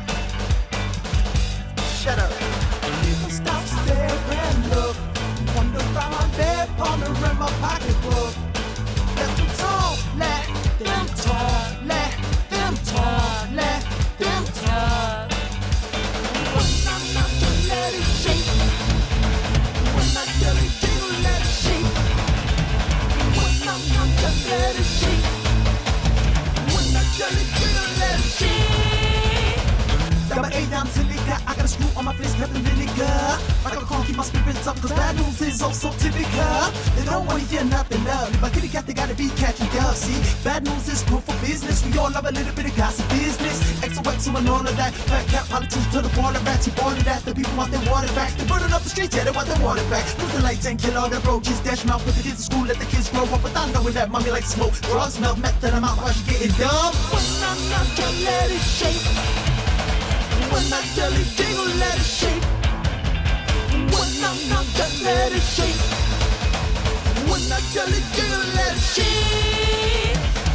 Shut up. People stop, stare, and look. Wonder about my bed, pondering my pocketbook. Let them talk, let them talk, let them talk, let them talk. When I'm not to let it shake. When I tell it jingle, let it shake. When I'm not to let it shake. When I tell it jingle, let it shake. Got my A down silica, I got a screw on my face, nothing really good. Like a conky my spirits up, cause bad news is also typical. They don't wanna hear nothing lovely, but kitty cat, they gotta be catching up. See, bad news is good for business. We all love a little bit of gossip business. XOXO and all of that. Fat cat politics to the water rats. You ordered that, the people want their water back. They're burning up the streets, yeah, they want their water back. Lose the lights and kill all their roaches. Dash them out, put the kids to school, let the kids grow up without knowing that mommy likes smoke. Drugs, smell, meth, and I'm out while she getting dumb. When I'm not done, let it shake. When I tell it jingle, let it shake. When I'm not done, let it shake. When I tell it jingle, let it shake.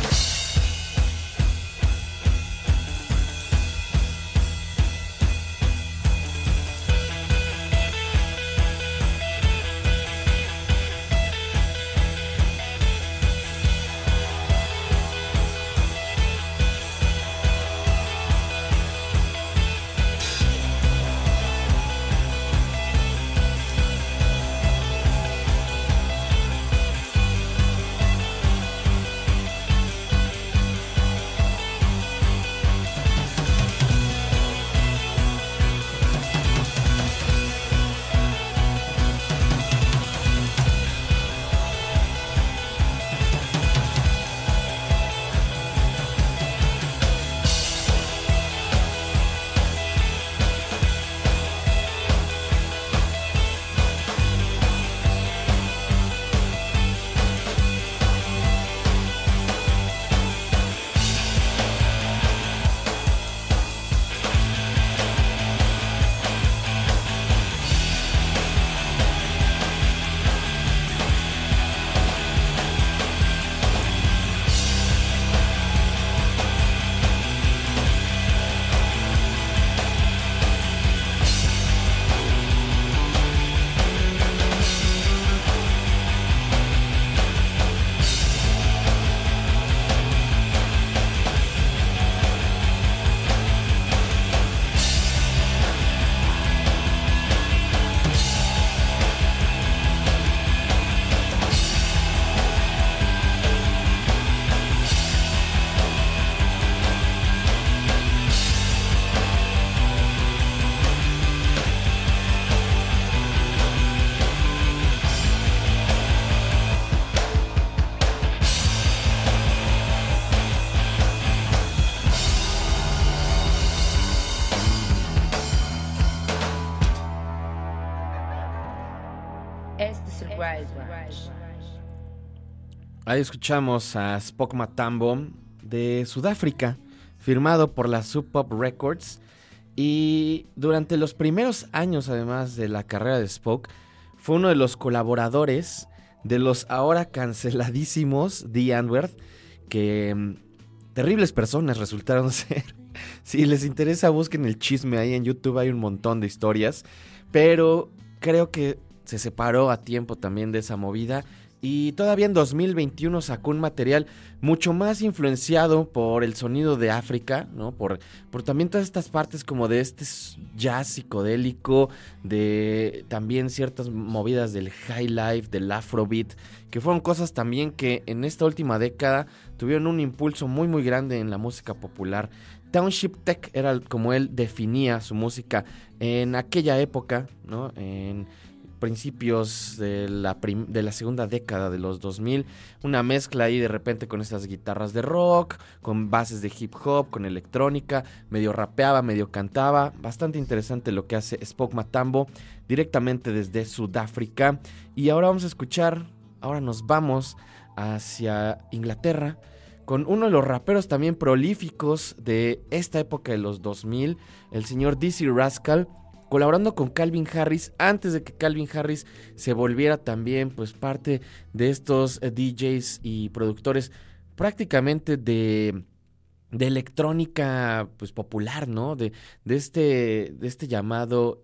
Este es el Wild Branch. Ahí escuchamos a Spock Mathambo de Sudáfrica, firmado por la Sub Pop Records. Y durante los primeros años, además de la carrera de Spock, fue uno de los colaboradores de los ahora canceladísimos The Antwoord, que terribles personas resultaron ser. Si les interesa, busquen el chisme ahí en YouTube, hay un montón de historias, pero creo que se separó a tiempo también de esa movida. Y todavía en 2021 sacó un material mucho más influenciado por el sonido de África, ¿no? Por también todas estas partes como de este jazz psicodélico, de también ciertas movidas del high life, del afrobeat, que fueron cosas también que en esta última década tuvieron un impulso muy muy grande en la música popular. Township Tech era como él definía su música en aquella época, ¿no? En principios de la segunda década de los 2000, una mezcla ahí de repente con estas guitarras de rock, con bases de hip hop, con electrónica, medio rapeaba, medio cantaba, bastante interesante lo que hace Spock Mathambo directamente desde Sudáfrica. Y ahora nos vamos hacia Inglaterra con uno de los raperos también prolíficos de esta época de los 2000, el señor Dizzy Rascal, colaborando con Calvin Harris antes de que Calvin Harris se volviera también pues parte de estos DJs y productores prácticamente de electrónica pues popular, ¿no? De este llamado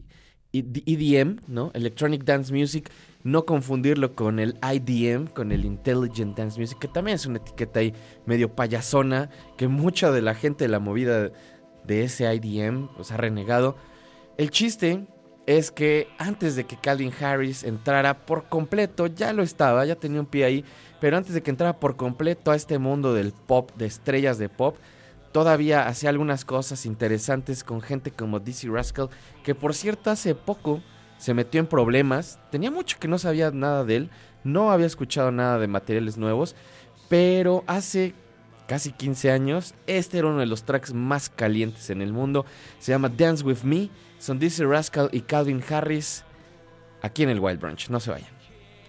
EDM, ¿no? Electronic Dance Music, no confundirlo con el IDM, con el Intelligent Dance Music, que también es una etiqueta ahí medio payasona, que mucha de la gente de la movida de ese IDM pues ha renegado. El chiste es que antes de que Calvin Harris entrara por completo, ya lo estaba, ya tenía un pie ahí, pero antes de que entrara por completo a este mundo del pop, de estrellas de pop, todavía hacía algunas cosas interesantes con gente como Dizzy Rascal, que por cierto hace poco se metió en problemas. Tenía mucho que no sabía nada de él, no había escuchado nada de materiales nuevos, pero hace casi 15 años, este era uno de los tracks más calientes en el mundo. Se llama Dance With Me, son Dizzy Rascal y Calvin Harris, aquí en el Wild Branch, no se vayan.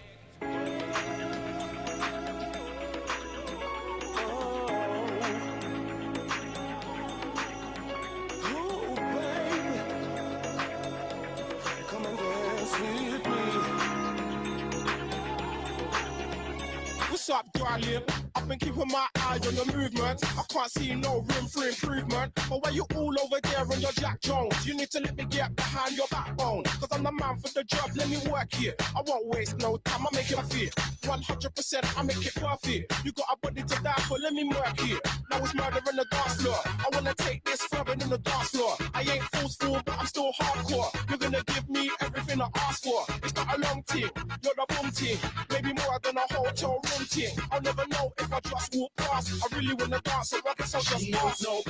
What's up, darling? I've been keeping my eye on the movement. I can't see no room for improvement. But why you all over there on your Jack Jones? You need to let me get behind your backbone. Cause I'm the man for the job, let me work here. I won't waste no time, I make it fit. 100% I make it perfect. You got a body to die for, let me work here. Now it's murder on the dance floor. I wanna take this further than the dance floor. I ain't forceful, but I'm still hardcore. You're gonna give me everything I ask for. It's not a long team, you're the boom team. Maybe more than a hotel room team. I'll never know if I just walk past. I really wanna dance, so I guess I'll just pass. No,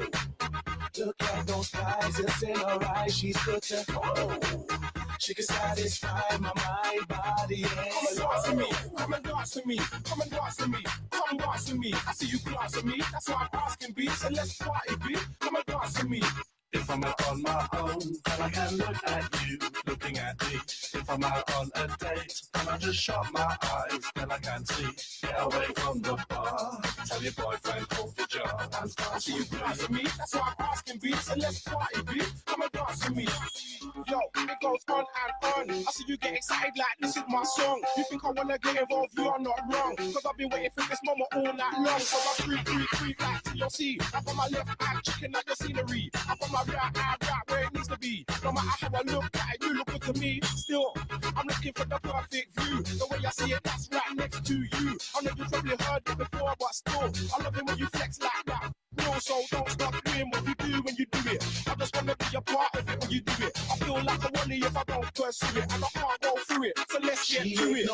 look at those eyes, it's in her eyes, she's good to go. She can satisfy my mind, body, Come and dance with me, come and dance with me, come and dance with me, come dance with me. I see you glance at me, that's why I'm asking B. So let's party, B. Come and dance with me. If I'm out on my own, then I can look at you, looking at me. If I'm out on a date, then I just shut my eyes, then I can see. Get away from the bar, tell your boyfriend, hold the jar, and I start see you glance at me, that's why I'm asking B. So let's party, B. Come and dance with me. Yo, it goes on and on. I see you get excited like this is my song. You think I wanna get involved, you are not wrong. Cause I've been waiting for this moment all night long. So I creep like TLC. Up on my left eye, checking out the scenery. Up on my right eye, right where it needs to be. No matter how I look at it, you look good to me. Still, I'm looking for the perfect view. The way I see it, that's right next to you. I know you probably heard it before, but still, I love it when you flex like that. Real, so don't stop doing what you do when you do it. I just wanna be a part of it when you do it. I feel like a wally if I don't pursue it, and I can't go through it. So let's get to it.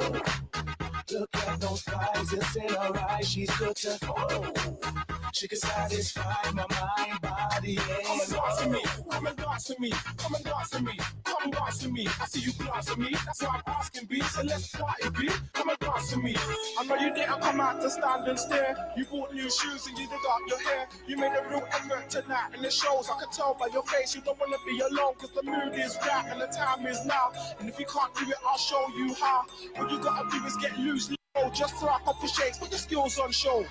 Look at those eyes, it's in her eyes, she's good to go. She can satisfy my mind, body, Come and and dance with me, come and dance with me, come and dance with me, come dance with me. I see you glance at me, that's why I'm asking B. So let's party, B. Come and dance with me. I know you didn't come out to stand and stare. You bought new shoes and you did up your hair. You made a real effort tonight, and it shows. I can tell by your face you don't wanna be alone, cause the mood is right and the time is now. And if you can't do it, I'll show you how. All you gotta do is get loose, low, just throw a couple shakes, put your skills on show.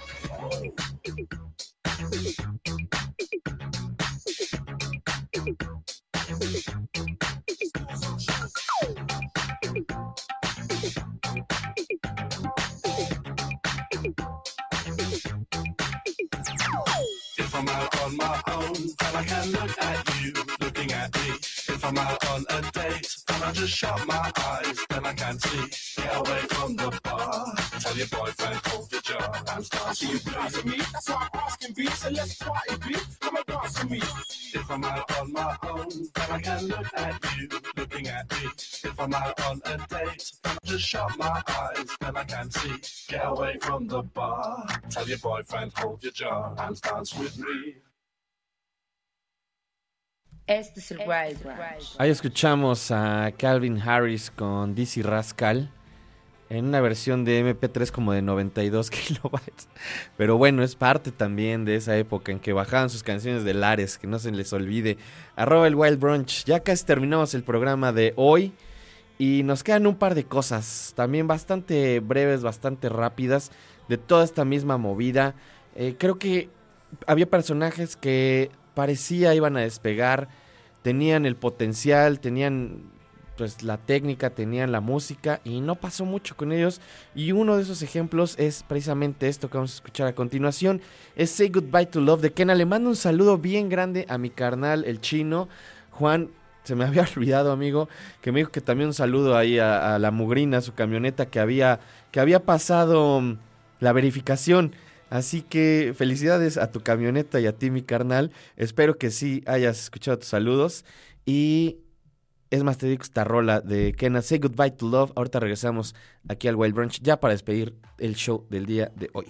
if I'm out on my own, then I can look at you, looking at me. If I'm out on a date, then I just shut my eyes, then I can see. Get away from the bar, tell your boyfriend, hold the jar, and I start see you glance at me, that's why I'm asking B. So let's party, B. Come and dance with me. If I'm out on my own, then I can look at you, looking at me. If I'm out on a date, then I just shut my eyes, then I can see. Get away from the bar, tell your boyfriend, hold your jar, and dance with me. Este es el Wild Branch. Ahí escuchamos a Calvin Harris con Dizzy Rascal en una versión de MP3 como de 92 kilobytes. Pero bueno, es parte también de esa época en que bajaban sus canciones de Lares, que no se les olvide. @ el Wild Brunch. Ya casi terminamos el programa de hoy y nos quedan un par de cosas, también bastante breves, bastante rápidas, de toda esta misma movida. Creo que había personajes que parecía iban a despegar, tenían el potencial, tenían pues la técnica, tenían la música y no pasó mucho con ellos. Y uno de esos ejemplos es precisamente esto que vamos a escuchar a continuación, es Say Goodbye to Love de Kenna. Le mando un saludo bien grande a mi carnal, el chino. Juan, se me había olvidado, amigo, que me dijo que también un saludo ahí a la Mugrina, su camioneta que había pasado la verificación. Así que felicidades a tu camioneta y a ti, mi carnal. Espero que sí hayas escuchado tus saludos. Y es más, te digo esta rola de Kenna, Say Goodbye to Love. Ahorita regresamos aquí al Wild Brunch ya para despedir el show del día de hoy.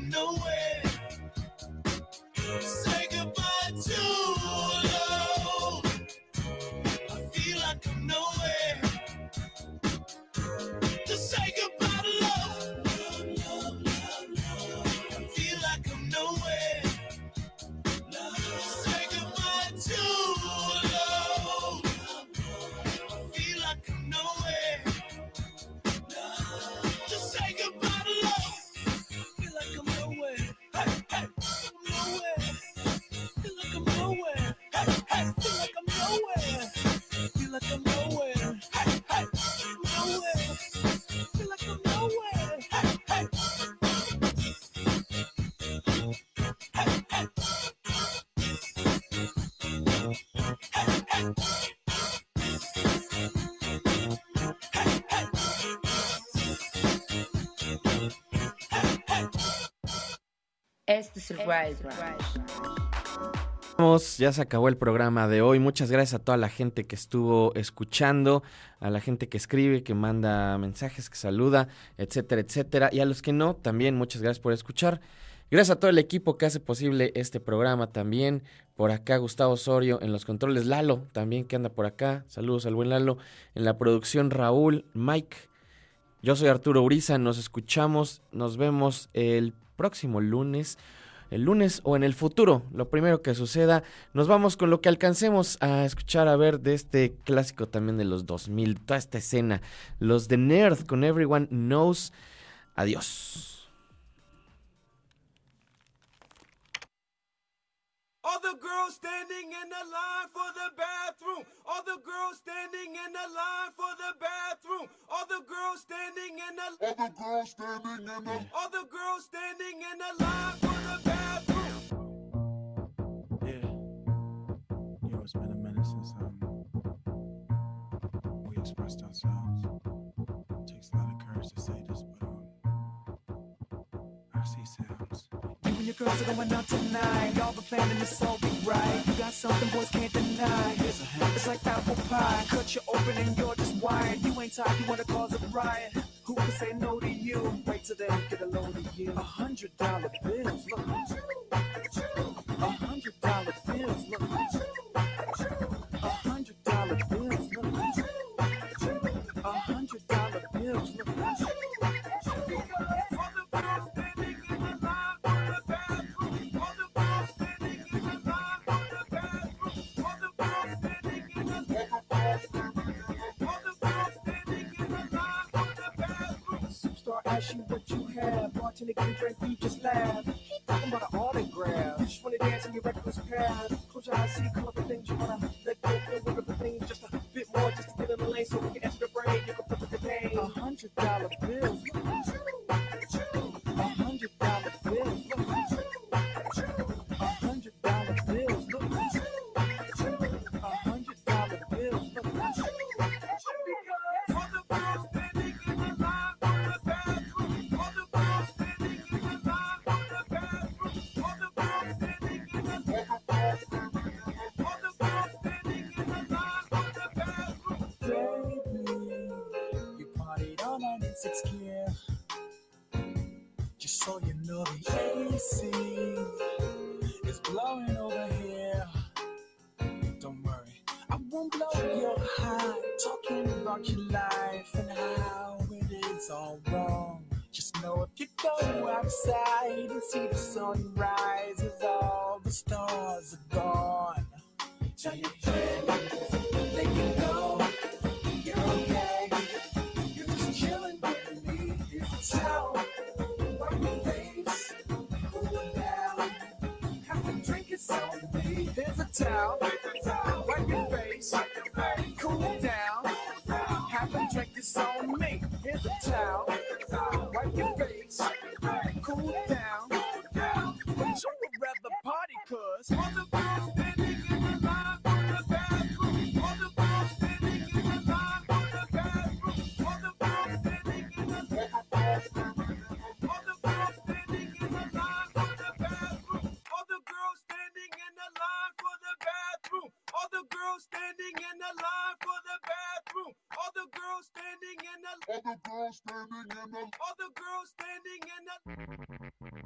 nowhere. Say goodbye to love. I feel like I'm nowhere. Just say goodbye to love. I feel like I'm nowhere. Say goodbye to love. I feel like I'm nowhere. Just say goodbye to love. Feel like I'm nowhere. Hey, hey, nowhere. Feel like I'm nowhere. Hey, hey, feel like I'm nowhere. Feel like I'm nowhere. Hey, hey, nowhere. Feel like I'm nowhere. Hey, hey. Este es el Wild Branch. Ya se acabó el programa de hoy. Muchas gracias a toda la gente que estuvo escuchando, a la gente que escribe, que manda mensajes, que saluda, etcétera, etcétera. Y a los que no, también muchas gracias por escuchar. Gracias a todo el equipo que hace posible este programa también. Por acá Gustavo Osorio en los controles, Lalo también que anda por acá. Saludos al buen Lalo. En la producción Raúl, Mike. Yo soy Arturo Uriza, nos escuchamos, nos vemos el próximo lunes. El lunes o en el futuro, lo primero que suceda, nos vamos con lo que alcancemos a escuchar, a ver de este clásico también de los 2000, toda esta escena, los de Nerd con Everyone Knows. Adiós. All the girls standing in the line for the bathroom. All the girls standing in the line for the bathroom. All the girls standing in the All the girls standing in the All the girls standing in the line for the bathroom. Yeah. You know, it's been a minute since we expressed ourselves. It takes a lot of courage to say this, but I see sounds. You and your girls are going out tonight. Y'all been planning this all week, right? You got something boys can't deny. Here's a hint. It's like apple pie. Cut you open and you're just wired. You ain't tired, you wanna cause a riot. Who can say no to you? Wait till they get a load of you. $100 bills, look. $100 bills, look. $100 bills, look. $100 bills, look. Ask you what you have, bartender get a drink, you just laugh. He talking about an autograph. You just wanna dance in your reckless path. Close your eyes, see the colorful things you wanna let go, feel wonderful things. Just a bit more, just to get in the lane, so we can enter the brain. You can flip with the pain. $100 bills. $100 bills. $100 bills. $100 bills. Six gear. Just so you know, the AC is blowing over here. Don't worry, I won't blow your high. Talking about your life and how it is all wrong. Just know if you go outside and see the sunrise as all the stars are gone. Tell your friends they can go. You're okay. You're just chilling with me. It's how wipe your face, cool down. Have to drink it on me. There's a towel. Wipe your face, cool down. Have a drink it on me. Here's a towel. Wipe your face, cool down. But you would rather party, cause all the girls standing in the line for the bathroom. All the girls standing in the line for the bathroom. All the girls standing in the line. All the girls standing in the line for the bathroom. All the girls standing in the line for the bathroom. All the girls standing in the line for the bathroom. All the girls standing in the. All the girls standing in the. All the girls standing in the.